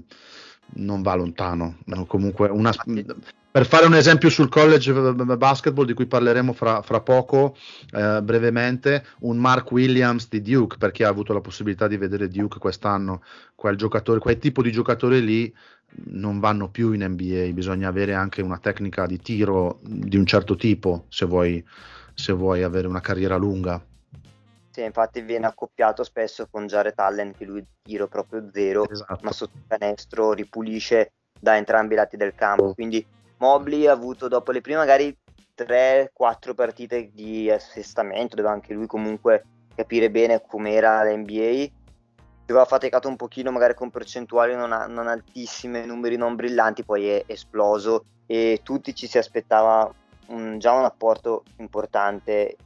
non va lontano. No, comunque per fare un esempio sul college basketball, di cui parleremo fra poco brevemente, un Mark Williams di Duke, per chi ha avuto la possibilità di vedere Duke quest'anno, quel tipo di giocatori lì non vanno più in NBA, bisogna avere anche una tecnica di tiro di un certo tipo se vuoi avere una carriera lunga. Sì, infatti viene accoppiato spesso con Jarrett Allen, che lui tiro proprio zero, esatto, ma sotto canestro ripulisce da entrambi i lati del campo. Quindi Mobley ha avuto, dopo le prime magari 3-4 partite di assestamento, doveva anche lui comunque capire bene com'era l'NBA, aveva faticato un pochino magari con percentuali non altissime, numeri non brillanti, poi è esploso e tutti ci si aspettava già un apporto importante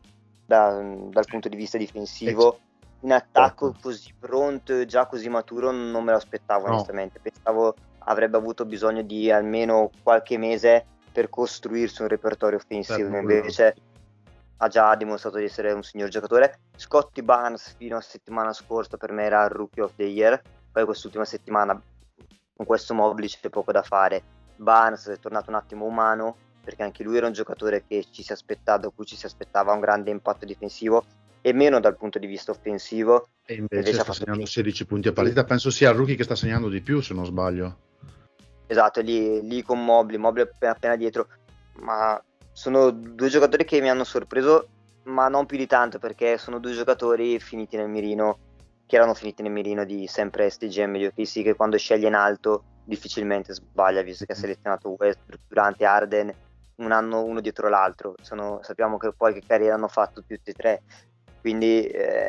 dal punto di vista difensivo. In attacco così pronto e già così maturo non me lo aspettavo, onestamente. Pensavo avrebbe avuto bisogno di almeno qualche mese per costruirsi un repertorio offensivo, invece ha già dimostrato di essere un signor giocatore. Scottie Barnes fino a settimana scorsa per me era il Rookie of the Year, poi quest'ultima settimana con questo Mobley c'è poco da fare. Barnes è tornato un attimo umano, perché anche lui era un giocatore che da cui ci si aspettava un grande impatto difensivo e meno dal punto di vista offensivo. E invece sta segnando 16 punti a partita, penso sia il rookie che sta segnando di più, se non sbaglio. Esatto, lì con Mobley appena dietro, ma sono due giocatori che mi hanno sorpreso, ma non più di tanto, perché sono due giocatori finiti nel mirino, che erano finiti nel mirino di sempre STGM di OKC, che quando sceglie in alto difficilmente sbaglia, visto che ha selezionato Westbrook, Durant e Harden un anno uno dietro l'altro. Sappiamo che poi che carriera hanno fatto tutti e tre, quindi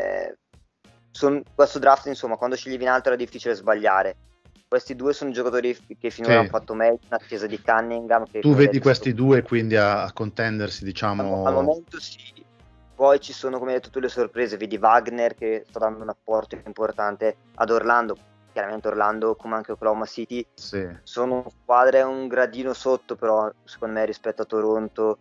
questo draft, insomma, quando sceglievi in alto era difficile sbagliare. Questi due sono giocatori che finora hanno fatto meglio in attesa di Cunningham. Tu vedi questi due quindi a contendersi, diciamo? Al momento sì. Poi ci sono, come hai detto tu, le sorprese. Vedi Wagner che sta dando un apporto importante ad Orlando. Chiaramente Orlando, come anche Oklahoma City, sono squadre un gradino sotto, però secondo me rispetto a Toronto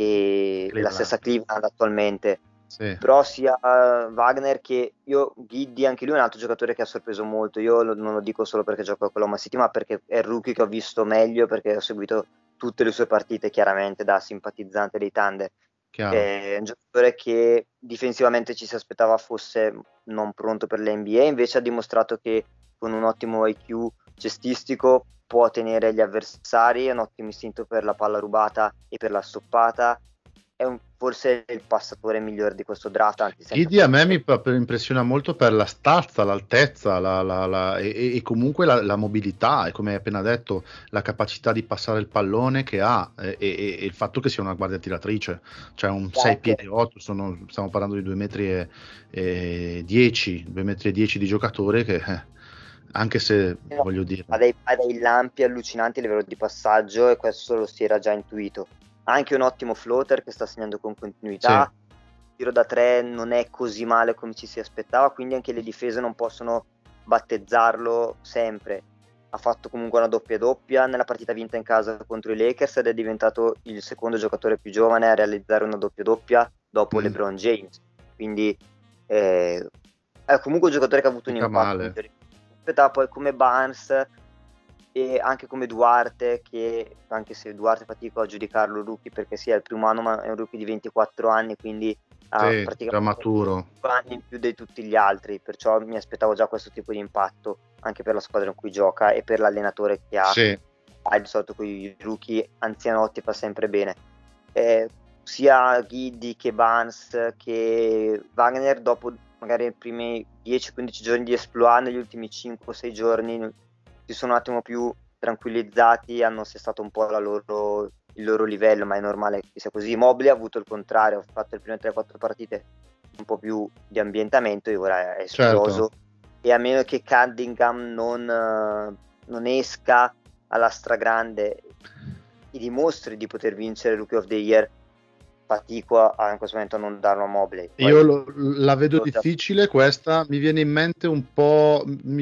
e la stessa Cleveland attualmente. Però sia Wagner che Giddey, anche lui è un altro giocatore che ha sorpreso molto. Io non lo dico solo perché gioco a Oklahoma City, ma perché è il rookie che ho visto meglio, perché ho seguito tutte le sue partite chiaramente da simpatizzante dei Thunder. È un giocatore che difensivamente ci si aspettava fosse non pronto per l'NBA, invece ha dimostrato che con un ottimo IQ cestistico può tenere gli avversari, ha un ottimo istinto per la palla rubata e per la stoppata. È forse il passatore migliore di questo draft. Giddey a me mi impressiona molto per la stazza, l'altezza e comunque la mobilità, e come hai appena detto la capacità di passare il pallone che ha, e il fatto che sia una guardia tiratrice, cioè un 6 piedi 8, stiamo parlando di 2 metri e 10 di giocatore che anche se voglio dire ha dei lampi allucinanti a livello di passaggio, e questo lo si era già intuito. Anche un ottimo floater che sta segnando con continuità. Il tiro da tre non è così male come ci si aspettava, quindi anche le difese non possono battezzarlo sempre. Ha fatto comunque una doppia nella partita vinta in casa contro i Lakers ed è diventato il secondo giocatore più giovane a realizzare una doppia dopo LeBron James. Quindi è comunque un giocatore che ha avuto un impatto. Poi come Barnes e anche come Duarte, che anche se Duarte fatico a giudicarlo rookie perché sia il primo anno, ma è un rookie di 24 anni, quindi ha praticamente maturo, 5 anni in più di tutti gli altri, perciò mi aspettavo già questo tipo di impatto anche per la squadra in cui gioca e per l'allenatore che ha. Di solito con i rookie anzianotti fa sempre bene. Sia Giddey che Barnes che Wagner, dopo magari i primi 10-15 giorni di exploit, negli ultimi 5-6 giorni si sono un attimo più tranquillizzati, hanno assestato un po' il loro livello, ma è normale che sia così. Mobley ha avuto il contrario, ha fatto le prime 3-4 partite un po' più di ambientamento e ora è esploso. E a meno che Cunningham non esca alla stragrande e dimostri di poter vincere il Rookie of the Year, fatico in questo momento a non darlo a Mobley. Io la vedo difficile questa, mi viene in mente un po'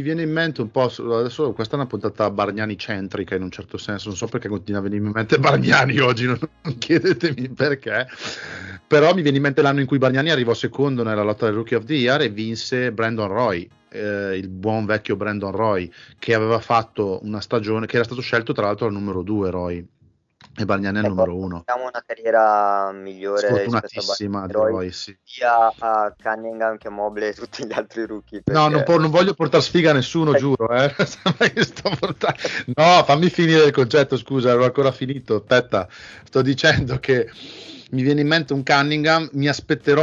adesso questa è una puntata Bargnani centrica in un certo senso, non so perché continua a venirmi in mente Bargnani oggi, non chiedetemi perché, però mi viene in mente l'anno in cui Bargnani arrivò secondo nella lotta del Rookie of the Year e vinse Brandon Roy, il buon vecchio Brandon Roy, che aveva fatto una stagione, che era stato scelto tra l'altro al numero 2 Roy, e Bargnani è il numero 1. Abbiamo una carriera migliore sfortunatissima di Roy, sia a Cunningham che a Mobley e tutti gli altri rookie. No, non voglio portare sfiga a nessuno, giuro. No, fammi finire il concetto, scusa, ero ancora finito. Aspetta, sto dicendo che mi viene in mente un Cunningham, mi aspetto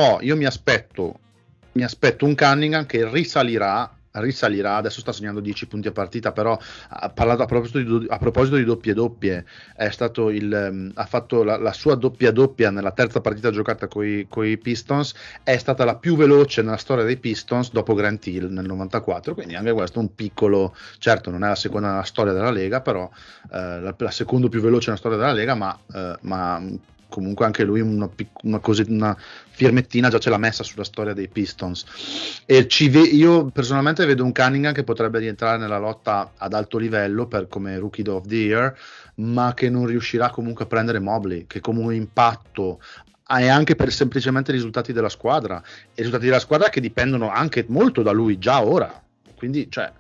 un Cunningham che risalirà, adesso sta segnando 10 punti a partita, però a proposito di doppie, è stato ha fatto la sua doppia nella terza partita giocata coi Pistons, è stata la più veloce nella storia dei Pistons dopo Grant Hill nel 94, quindi anche questo è un piccolo, certo non è la seconda nella storia della Lega, però la seconda più veloce nella storia della Lega, ma comunque anche lui una firmettina già ce l'ha messa sulla storia dei Pistons, e io personalmente vedo un Cunningham che potrebbe rientrare nella lotta ad alto livello come Rookie of the Year, ma che non riuscirà comunque a prendere Mobley, che come impatto e anche per semplicemente i risultati della squadra, e i risultati della squadra che dipendono anche molto da lui già ora, quindi cioè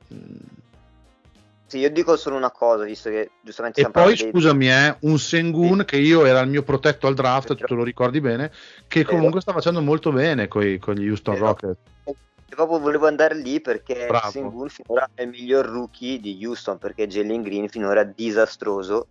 Sì, io dico solo una cosa, visto che giustamente e poi scusami, un Sengun sì, che io era il mio protetto al draft, tu te lo ricordi bene, che comunque sta facendo molto bene con gli Houston Rockets. E proprio volevo andare lì perché Bravo. Sengun finora è il miglior rookie di Houston, perché Jalen Green finora è disastroso,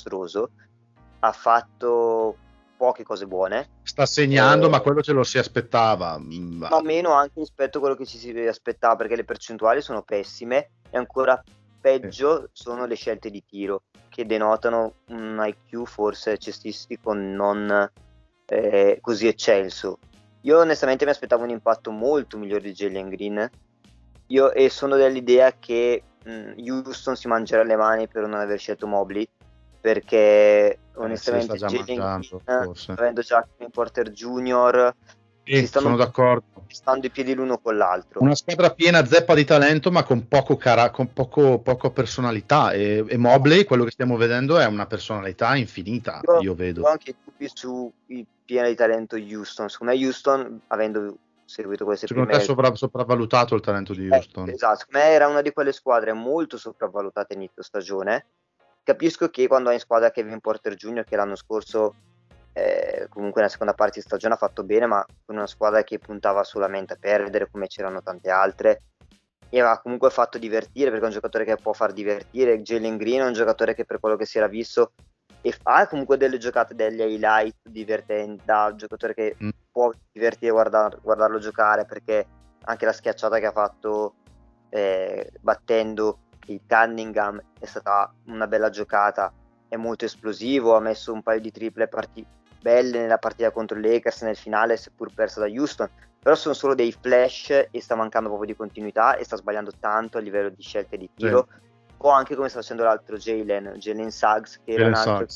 ha fatto poche cose buone. Sta segnando, ma quello ce lo si aspettava. Ma meno anche rispetto a quello che ci si aspettava, perché le percentuali sono pessime e ancora peggio sono le scelte di tiro, che denotano un IQ forse cestistico non così eccelso. Io onestamente mi aspettavo un impatto molto migliore di Jalen Green. E sono dell'idea che Houston si mangerà le mani per non aver scelto Mobley, perché onestamente Jalen Green, avendo già Kevin Porter Jr., sono d'accordo, stando i piedi l'uno con l'altro. Una squadra piena zeppa di talento, ma con poco personalità, e Mobley, quello che stiamo vedendo, è una personalità infinita. Io vedo. Ho anche dubbi su il pieno di talento Houston. Secondo me Houston, avendo seguito queste secondo te è sopravvalutato il talento di Houston? Esatto, secondo me era una di quelle squadre molto sopravvalutate inizio stagione. Capisco che quando hai in squadra Kevin Porter Jr., che l'anno scorso comunque nella seconda parte di stagione ha fatto bene, ma con una squadra che puntava solamente a perdere, come c'erano tante altre, e aveva comunque fatto divertire, perché è un giocatore che può far divertire. Jalen Green è un giocatore che, per quello che si era visto, e fa comunque delle giocate, degli highlight divertenti, da un giocatore che può divertire guardarlo giocare, perché anche la schiacciata che ha fatto battendo il Cunningham è stata una bella giocata, è molto esplosivo, ha messo un paio di triple belle nella partita contro i Lakers nel finale, seppur persa da Houston, però sono solo dei flash e sta mancando proprio di continuità e sta sbagliando tanto a livello di scelte di tiro. Sì. O anche come sta facendo l'altro Jalen Suggs, che era un altro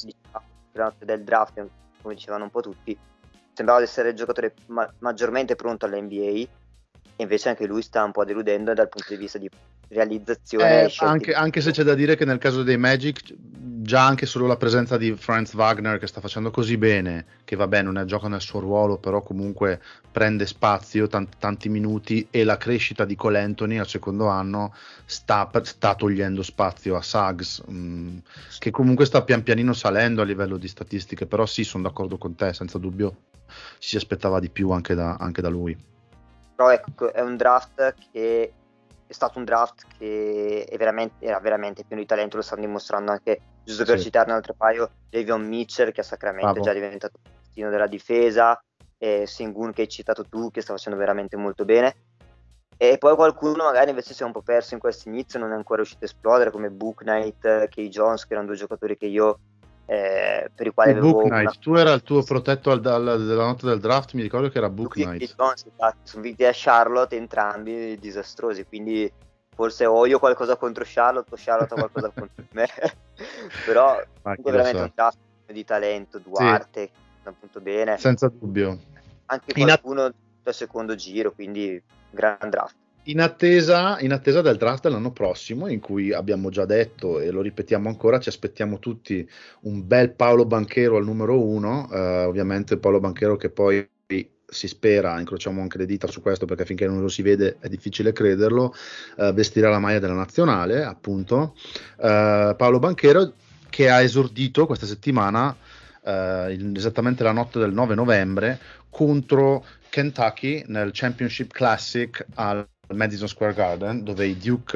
del draft, come dicevano un po' tutti, sembrava essere il giocatore maggiormente pronto all'NBA, e invece anche lui sta un po' deludendo dal punto di vista di realizzazione. Anche se c'è da dire che nel caso dei Magic già anche solo la presenza di Franz Wagner, che sta facendo così bene, che vabbè non gioca nel suo ruolo, però comunque prende spazio, tanti minuti, e la crescita di Cole Anthony al secondo anno sta togliendo spazio a Suggs, che comunque sta pian pianino salendo a livello di statistiche. Però sì, sono d'accordo con te, senza dubbio ci si aspettava di più anche da lui. Però ecco, è un draft che è stato un draft che era veramente pieno di talento, lo stanno dimostrando anche, giusto per citarne un altro paio, Davion Mitchell, che a Sacramento è già diventato il destino della difesa, e Sengun, che hai citato tu, che sta facendo veramente molto bene, e poi qualcuno magari invece si è un po' perso in questo inizio, non è ancora riuscito a esplodere, come Book Knight, Kay Jones, che erano due giocatori che io per i quali avevo tu era il tuo protetto della notte del draft, mi ricordo che era Book Knight. Sono venuti a Charlotte entrambi disastrosi, quindi forse ho io qualcosa contro Charlotte o Charlotte ha qualcosa contro me. Però comunque veramente un draft di talento. Duarte, sì, appunto bene, senza dubbio, anche qualcuno al secondo giro, quindi gran draft. In attesa del draft dell'anno prossimo, in cui abbiamo già detto e lo ripetiamo ancora, ci aspettiamo tutti un bel Paolo Banchero al numero 1, ovviamente Paolo Banchero che poi si spera, incrociamo anche le dita su questo perché finché non lo si vede è difficile crederlo, vestirà la maglia della nazionale, appunto. Paolo Banchero, che ha esordito questa settimana, esattamente la notte del 9 novembre, contro Kentucky nel Championship Classic al Madison Square Garden, dove i Duke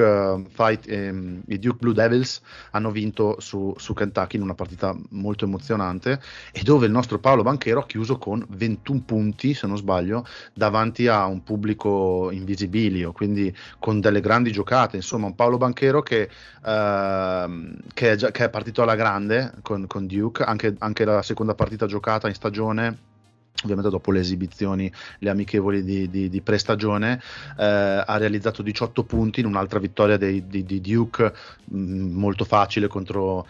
Blue Devils hanno vinto su Kentucky in una partita molto emozionante, e dove il nostro Paolo Banchero ha chiuso con 21 punti, se non sbaglio, davanti a un pubblico invisibilio, quindi con delle grandi giocate. Insomma, un Paolo Banchero che è partito alla grande con Duke, anche la seconda partita giocata in stagione, ovviamente dopo le esibizioni, le amichevoli di pre-stagione, ha realizzato 18 punti in un'altra vittoria di Duke, molto facile, contro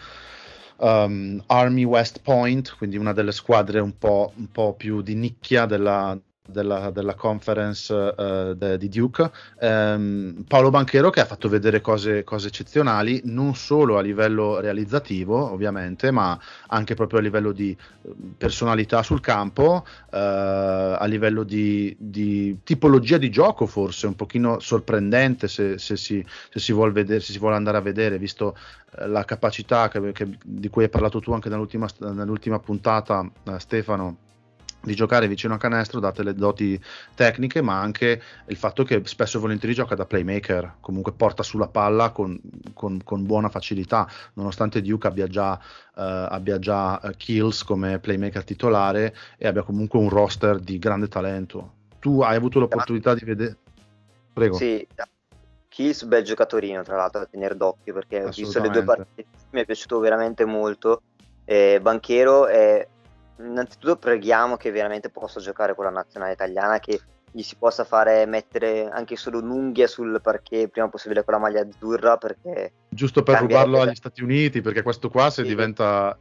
Army West Point, quindi una delle squadre un po' più di nicchia della conference di Duke, Paolo Banchero, che ha fatto vedere cose eccezionali, non solo a livello realizzativo ovviamente, ma anche proprio a livello di personalità sul campo, a livello di tipologia di gioco, forse un pochino sorprendente se si vuole vedere, se si vuole andare a vedere, visto la capacità di cui hai parlato tu anche nell'ultima puntata, Stefano, di giocare vicino a canestro, date le doti tecniche, ma anche il fatto che spesso e volentieri gioca da playmaker, comunque porta sulla palla con buona facilità, nonostante Duke abbia già Kills come playmaker titolare e abbia comunque un roster di grande talento. Tu hai avuto l'opportunità di vedere? Prego. Sì, Kills bel giocatorino, tra l'altro, da tenere d'occhio, perché ho visto le 2 partite, mi è piaciuto veramente molto. Banchero innanzitutto preghiamo che veramente possa giocare con la nazionale italiana, che gli si possa fare mettere anche solo un'unghia sul parquet prima possibile con la maglia azzurra, perché giusto per rubarlo agli Stati Uniti, perché questo qua se diventa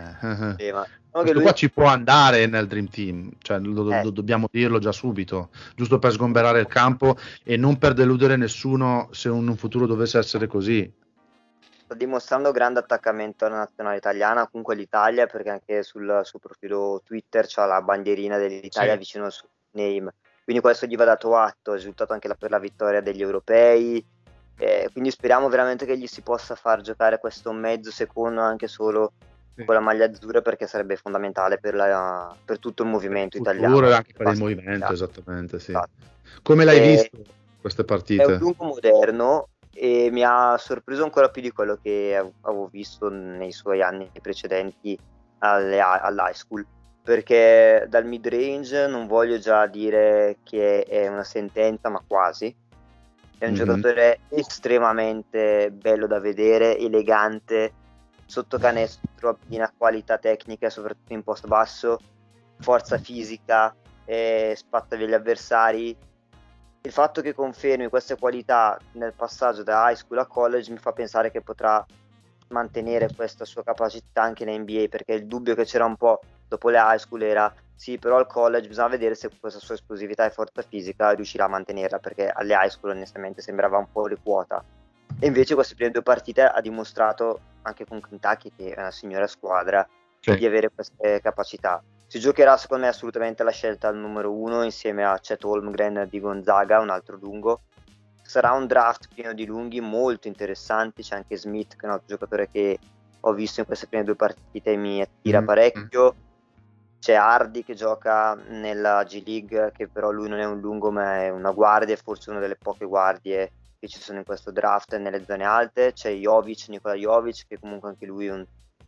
questo qua ci può andare nel Dream Team, cioè dobbiamo dirlo già subito, giusto per sgomberare il campo e non per deludere nessuno se in un futuro dovesse essere così. Sta dimostrando grande attaccamento alla nazionale italiana, comunque all'Italia, perché anche sul suo profilo Twitter c'ha la bandierina dell'Italia vicino al suo name, quindi questo gli va dato atto. È risultato anche per la vittoria degli europei, quindi speriamo veramente che gli si possa far giocare questo mezzo secondo anche solo con la maglia azzurra, perché sarebbe fondamentale per tutto il movimento italiano e anche per il movimento, esattamente, sì. Come l'hai visto queste partite? È un lungo moderno e mi ha sorpreso ancora più di quello che avevo visto nei suoi anni precedenti all'high school, perché dal mid range non voglio già dire che è una sentenza, ma quasi. È un giocatore estremamente bello da vedere, elegante, sotto canestro, abbina qualità tecnica, soprattutto in post basso, forza fisica, spatta via gli avversari. Il fatto che confermi queste qualità nel passaggio da high school a college mi fa pensare che potrà mantenere questa sua capacità anche in NBA, perché il dubbio che c'era un po' dopo le high school era sì, però al college bisogna vedere se questa sua esplosività e forza fisica riuscirà a mantenerla, perché alle high school onestamente sembrava un po' riquota, e invece queste prime 2 partite ha dimostrato anche con Kentucky, che è una signora squadra, di avere queste capacità. Si giocherà secondo me assolutamente la scelta al numero 1 insieme a Chet Holmgren di Gonzaga, un altro lungo. Sarà un draft pieno di lunghi molto interessanti. C'è anche Smith, che è un altro giocatore che ho visto in queste prime 2 partite e mi attira parecchio. C'è Hardy che gioca nella G League, che però lui non è un lungo ma è una guardia, forse una delle poche guardie che ci sono in questo draft nelle zone alte. C'è Nikola Jovic, che comunque anche lui è un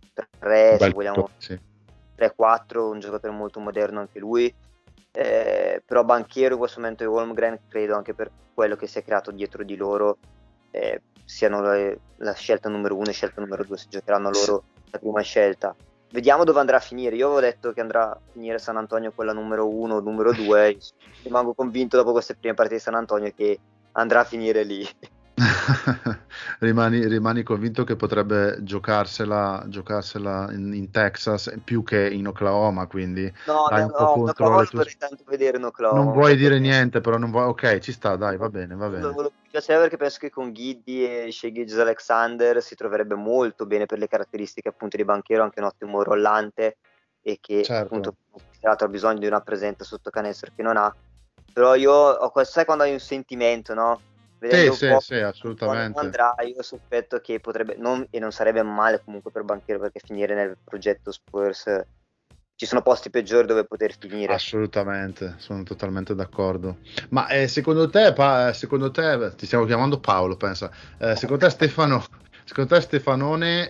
3, se vogliamo, 3-4, un giocatore molto moderno anche lui, però Banchero in questo momento e Holmgren, credo anche per quello che si è creato dietro di loro, siano la scelta numero 1 e scelta numero 2, si giocheranno loro la prima scelta. Vediamo dove andrà a finire. Io avevo detto che andrà a finire San Antonio quella numero 1 o numero 2, rimango convinto dopo queste prime partite di San Antonio che andrà a finire lì. rimani convinto che potrebbe giocarsela in Texas più che in Oklahoma, quindi Oklahoma vorrei tanto vedere in Oklahoma. Non vuoi dire niente, però non vuoi. Ok, ci sta, dai, va bene. Mi piaceva perché penso che con Giddey e Shai Gilgeous-Alexander si troverebbe molto bene per le caratteristiche appunto di Banchero, anche un ottimo rollante, e che appunto ha bisogno di una presenza sotto canestro che non ha. Però io ho sai quando hai un sentimento, no? Sì, assolutamente. Andrà, io sospetto che potrebbe non sarebbe male comunque per Banchero, perché finire nel progetto Spurs, ci sono posti peggiori dove poter finire. Assolutamente, sono totalmente d'accordo. Ma secondo te ti stiamo chiamando Paolo, pensa. Secondo te Stefanone,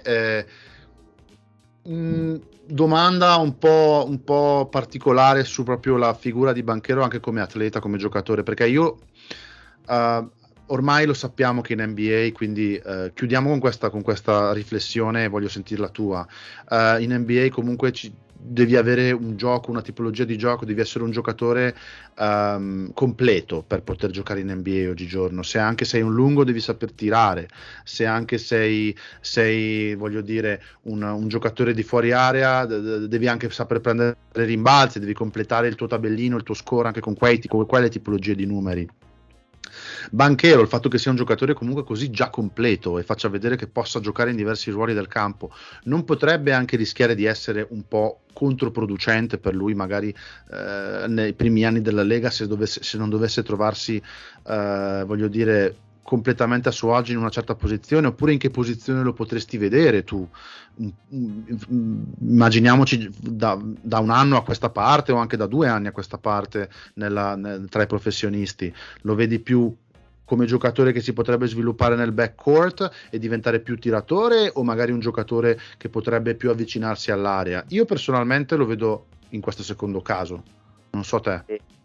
domanda un po' particolare su proprio la figura di Banchero anche come atleta, come giocatore, perché io ormai lo sappiamo che in NBA, quindi chiudiamo con questa riflessione e voglio sentire la tua. In NBA comunque devi avere un gioco, una tipologia di gioco, devi essere un giocatore completo per poter giocare in NBA oggigiorno. Se anche sei un lungo devi saper tirare, se anche sei voglio dire un giocatore di fuori area, devi anche saper prendere rimbalzi, devi completare il tuo tabellino, il tuo score anche con quelle tipologie di numeri. Banchero, il fatto che sia un giocatore comunque così già completo e faccia vedere che possa giocare in diversi ruoli del campo, non potrebbe anche rischiare di essere un po' controproducente per lui magari nei primi anni della Lega, se non dovesse trovarsi voglio dire completamente a suo agio in una certa posizione? Oppure in che posizione lo potresti vedere tu? Immaginiamoci da un anno a questa parte o anche da 2 anni a questa parte tra i professionisti. Lo vedi più come giocatore che si potrebbe sviluppare nel backcourt e diventare più tiratore, o magari un giocatore che potrebbe più avvicinarsi all'area? Io personalmente lo vedo in questo secondo caso, non so te.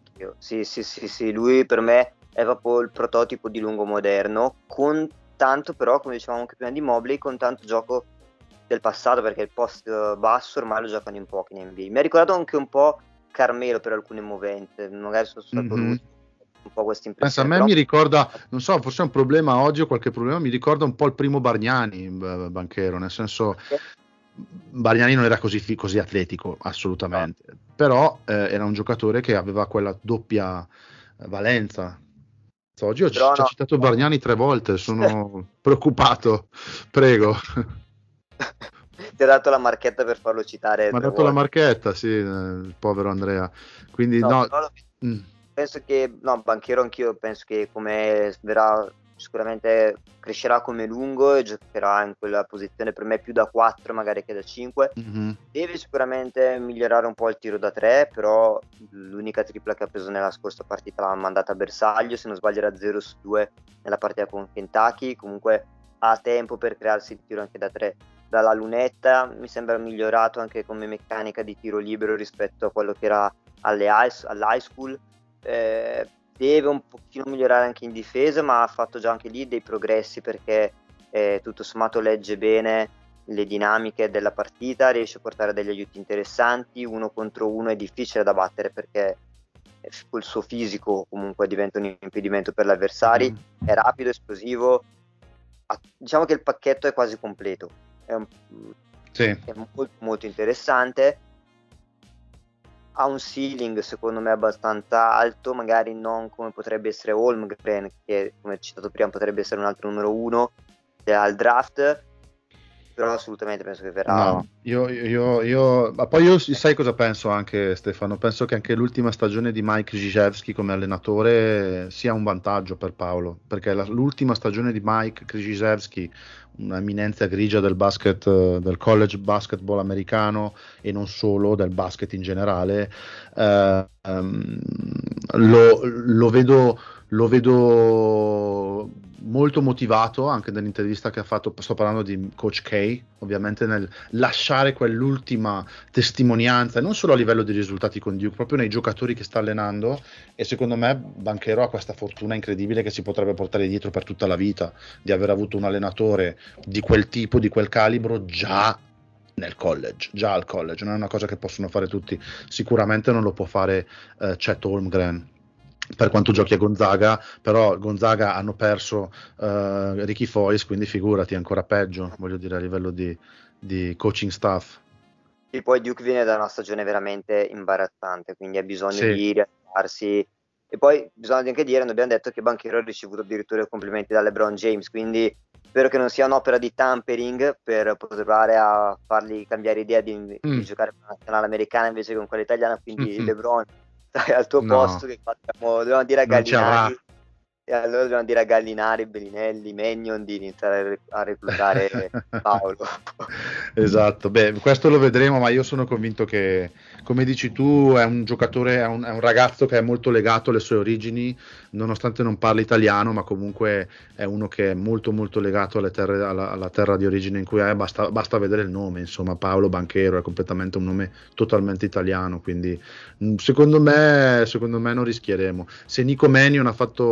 Sì, lui per me è proprio il prototipo di lungo moderno, con tanto però, come dicevamo anche prima di Mobley, con tanto gioco del passato, perché il post basso ormai lo giocano in pochi in NBA. Mi ha ricordato anche un po' Carmelo per alcune movenze, magari sono stato un po' questa impressione. A me mi ricorda, non so, forse è un problema oggi o qualche problema, mi ricorda un po' il primo Bargnani, Banchero, nel senso Bargnani non era così atletico, assolutamente, però era un giocatore che aveva quella doppia valenza. Oggi ci ha citato Bargnani 3 volte, sono preoccupato, prego. Ti ha dato la marchetta per farlo citare. Mi ha dato la marchetta, sì, il povero Andrea. Quindi penso che Banchero anch'io penso che come verrà sicuramente crescerà come lungo e giocherà in quella posizione per me più da 4 magari che da 5. Deve sicuramente migliorare un po' il tiro da 3, però l'unica tripla che ha preso nella scorsa partita l'ha mandata a bersaglio, se non sbaglio era 0-2 nella partita con Kentucky. Comunque ha tempo per crearsi il tiro anche da 3 dalla lunetta. Mi sembra migliorato anche come meccanica di tiro libero rispetto a quello che era all'high school. Deve un pochino migliorare anche in difesa, ma ha fatto già anche lì dei progressi, perché tutto sommato legge bene le dinamiche della partita, riesce a portare degli aiuti interessanti. 1 contro 1 è difficile da battere, perché col suo fisico comunque diventa un impedimento per gli avversari. È rapido, esplosivo, diciamo che il pacchetto è quasi completo, è molto, molto interessante. Ha un ceiling secondo me abbastanza alto, magari non come potrebbe essere Holmgren, che come citato prima potrebbe essere un altro numero 1 al draft, però assolutamente penso che verrà. No, ma poi io sai cosa penso anche, Stefano? Penso che anche l'ultima stagione di Mike Krzyzewski come allenatore sia un vantaggio per Paolo, perché l'ultima stagione di Mike Krzyzewski, un'eminenza grigia del basket, del college basketball americano e non solo, del basket in generale, lo vedo molto motivato anche nell'intervista che ha fatto. Sto parlando di Coach K, ovviamente, nel lasciare quell'ultima testimonianza non solo a livello di risultati con Duke, proprio nei giocatori che sta allenando. E secondo me Banchero ha questa fortuna incredibile che si potrebbe portare dietro per tutta la vita, di aver avuto un allenatore di quel tipo, di quel calibro già al college. Non è una cosa che possono fare tutti, sicuramente non lo può fare Chet Holmgren, per quanto giochi a Gonzaga, però Gonzaga hanno perso Ricky Foyce, quindi figurati, ancora peggio, voglio dire, a livello di coaching staff. E poi Duke viene da una stagione veramente imbarazzante, quindi ha bisogno di rialzarsi. E poi bisogna anche dire, abbiamo detto che Banchero ha ricevuto addirittura i complimenti da LeBron James, quindi spero che non sia un'opera di tampering per provare a fargli cambiare idea di giocare con la nazionale americana invece che con quella italiana, quindi LeBron stai al tuo posto, che dobbiamo dire a Gallinari, e allora dobbiamo dire a Gallinari, Bellinelli, Magnon di iniziare a reclutare Paolo. Esatto, questo lo vedremo, ma io sono convinto che, come dici tu, è un giocatore, è un ragazzo che è molto legato alle sue origini, nonostante non parli italiano, ma comunque è uno che è molto molto legato alla terra di origine in cui è. Basta vedere il nome, insomma, Paolo Banchero è completamente un nome totalmente italiano, quindi secondo me non rischieremo. Se Nico Mannion ha fatto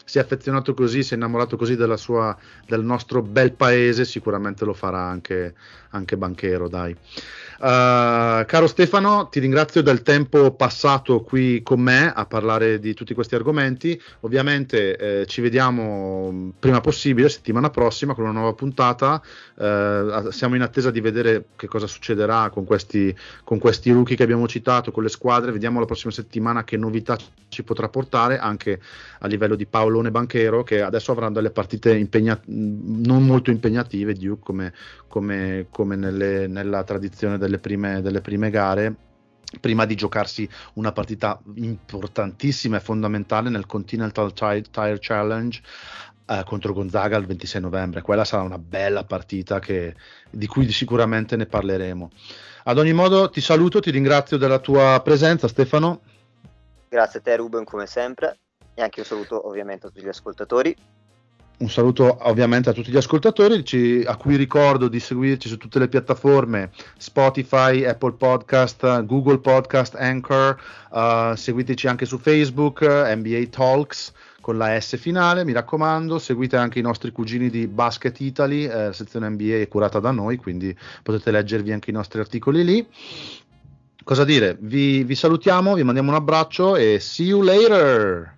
si è affezionato così, si è innamorato così del nostro bel paese, sicuramente lo farà anche Banchero, dai. Caro Stefano, ti ringrazio del tempo passato qui con me a parlare di tutti questi argomenti. Ovviamente ci vediamo prima possibile, settimana prossima, con una nuova puntata. Siamo in attesa di vedere che cosa succederà con questi rookie che abbiamo citato, con le squadre. Vediamo la prossima settimana che novità ci potrà portare anche a livello di Paolone Banchero, che adesso avranno delle partite non molto impegnative, Duke, come nella tradizione delle prime gare, prima di giocarsi una partita importantissima e fondamentale nel Continental Tire Challenge contro Gonzaga il 26 novembre. Quella sarà una bella partita di cui sicuramente ne parleremo. Ad ogni modo ti saluto, ti ringrazio della tua presenza, Stefano. Grazie a te, Ruben, come sempre, e anche un saluto ovviamente a tutti gli ascoltatori. Un saluto ovviamente a tutti gli ascoltatori, a cui ricordo di seguirci su tutte le piattaforme: Spotify, Apple Podcast, Google Podcast, Anchor. Seguiteci anche su Facebook, NBA Talks con la S finale, mi raccomando. Seguite anche i nostri cugini di Basket Italy, la sezione NBA è curata da noi, quindi potete leggervi anche i nostri articoli lì. Cosa dire? Vi salutiamo, vi mandiamo un abbraccio e see you later!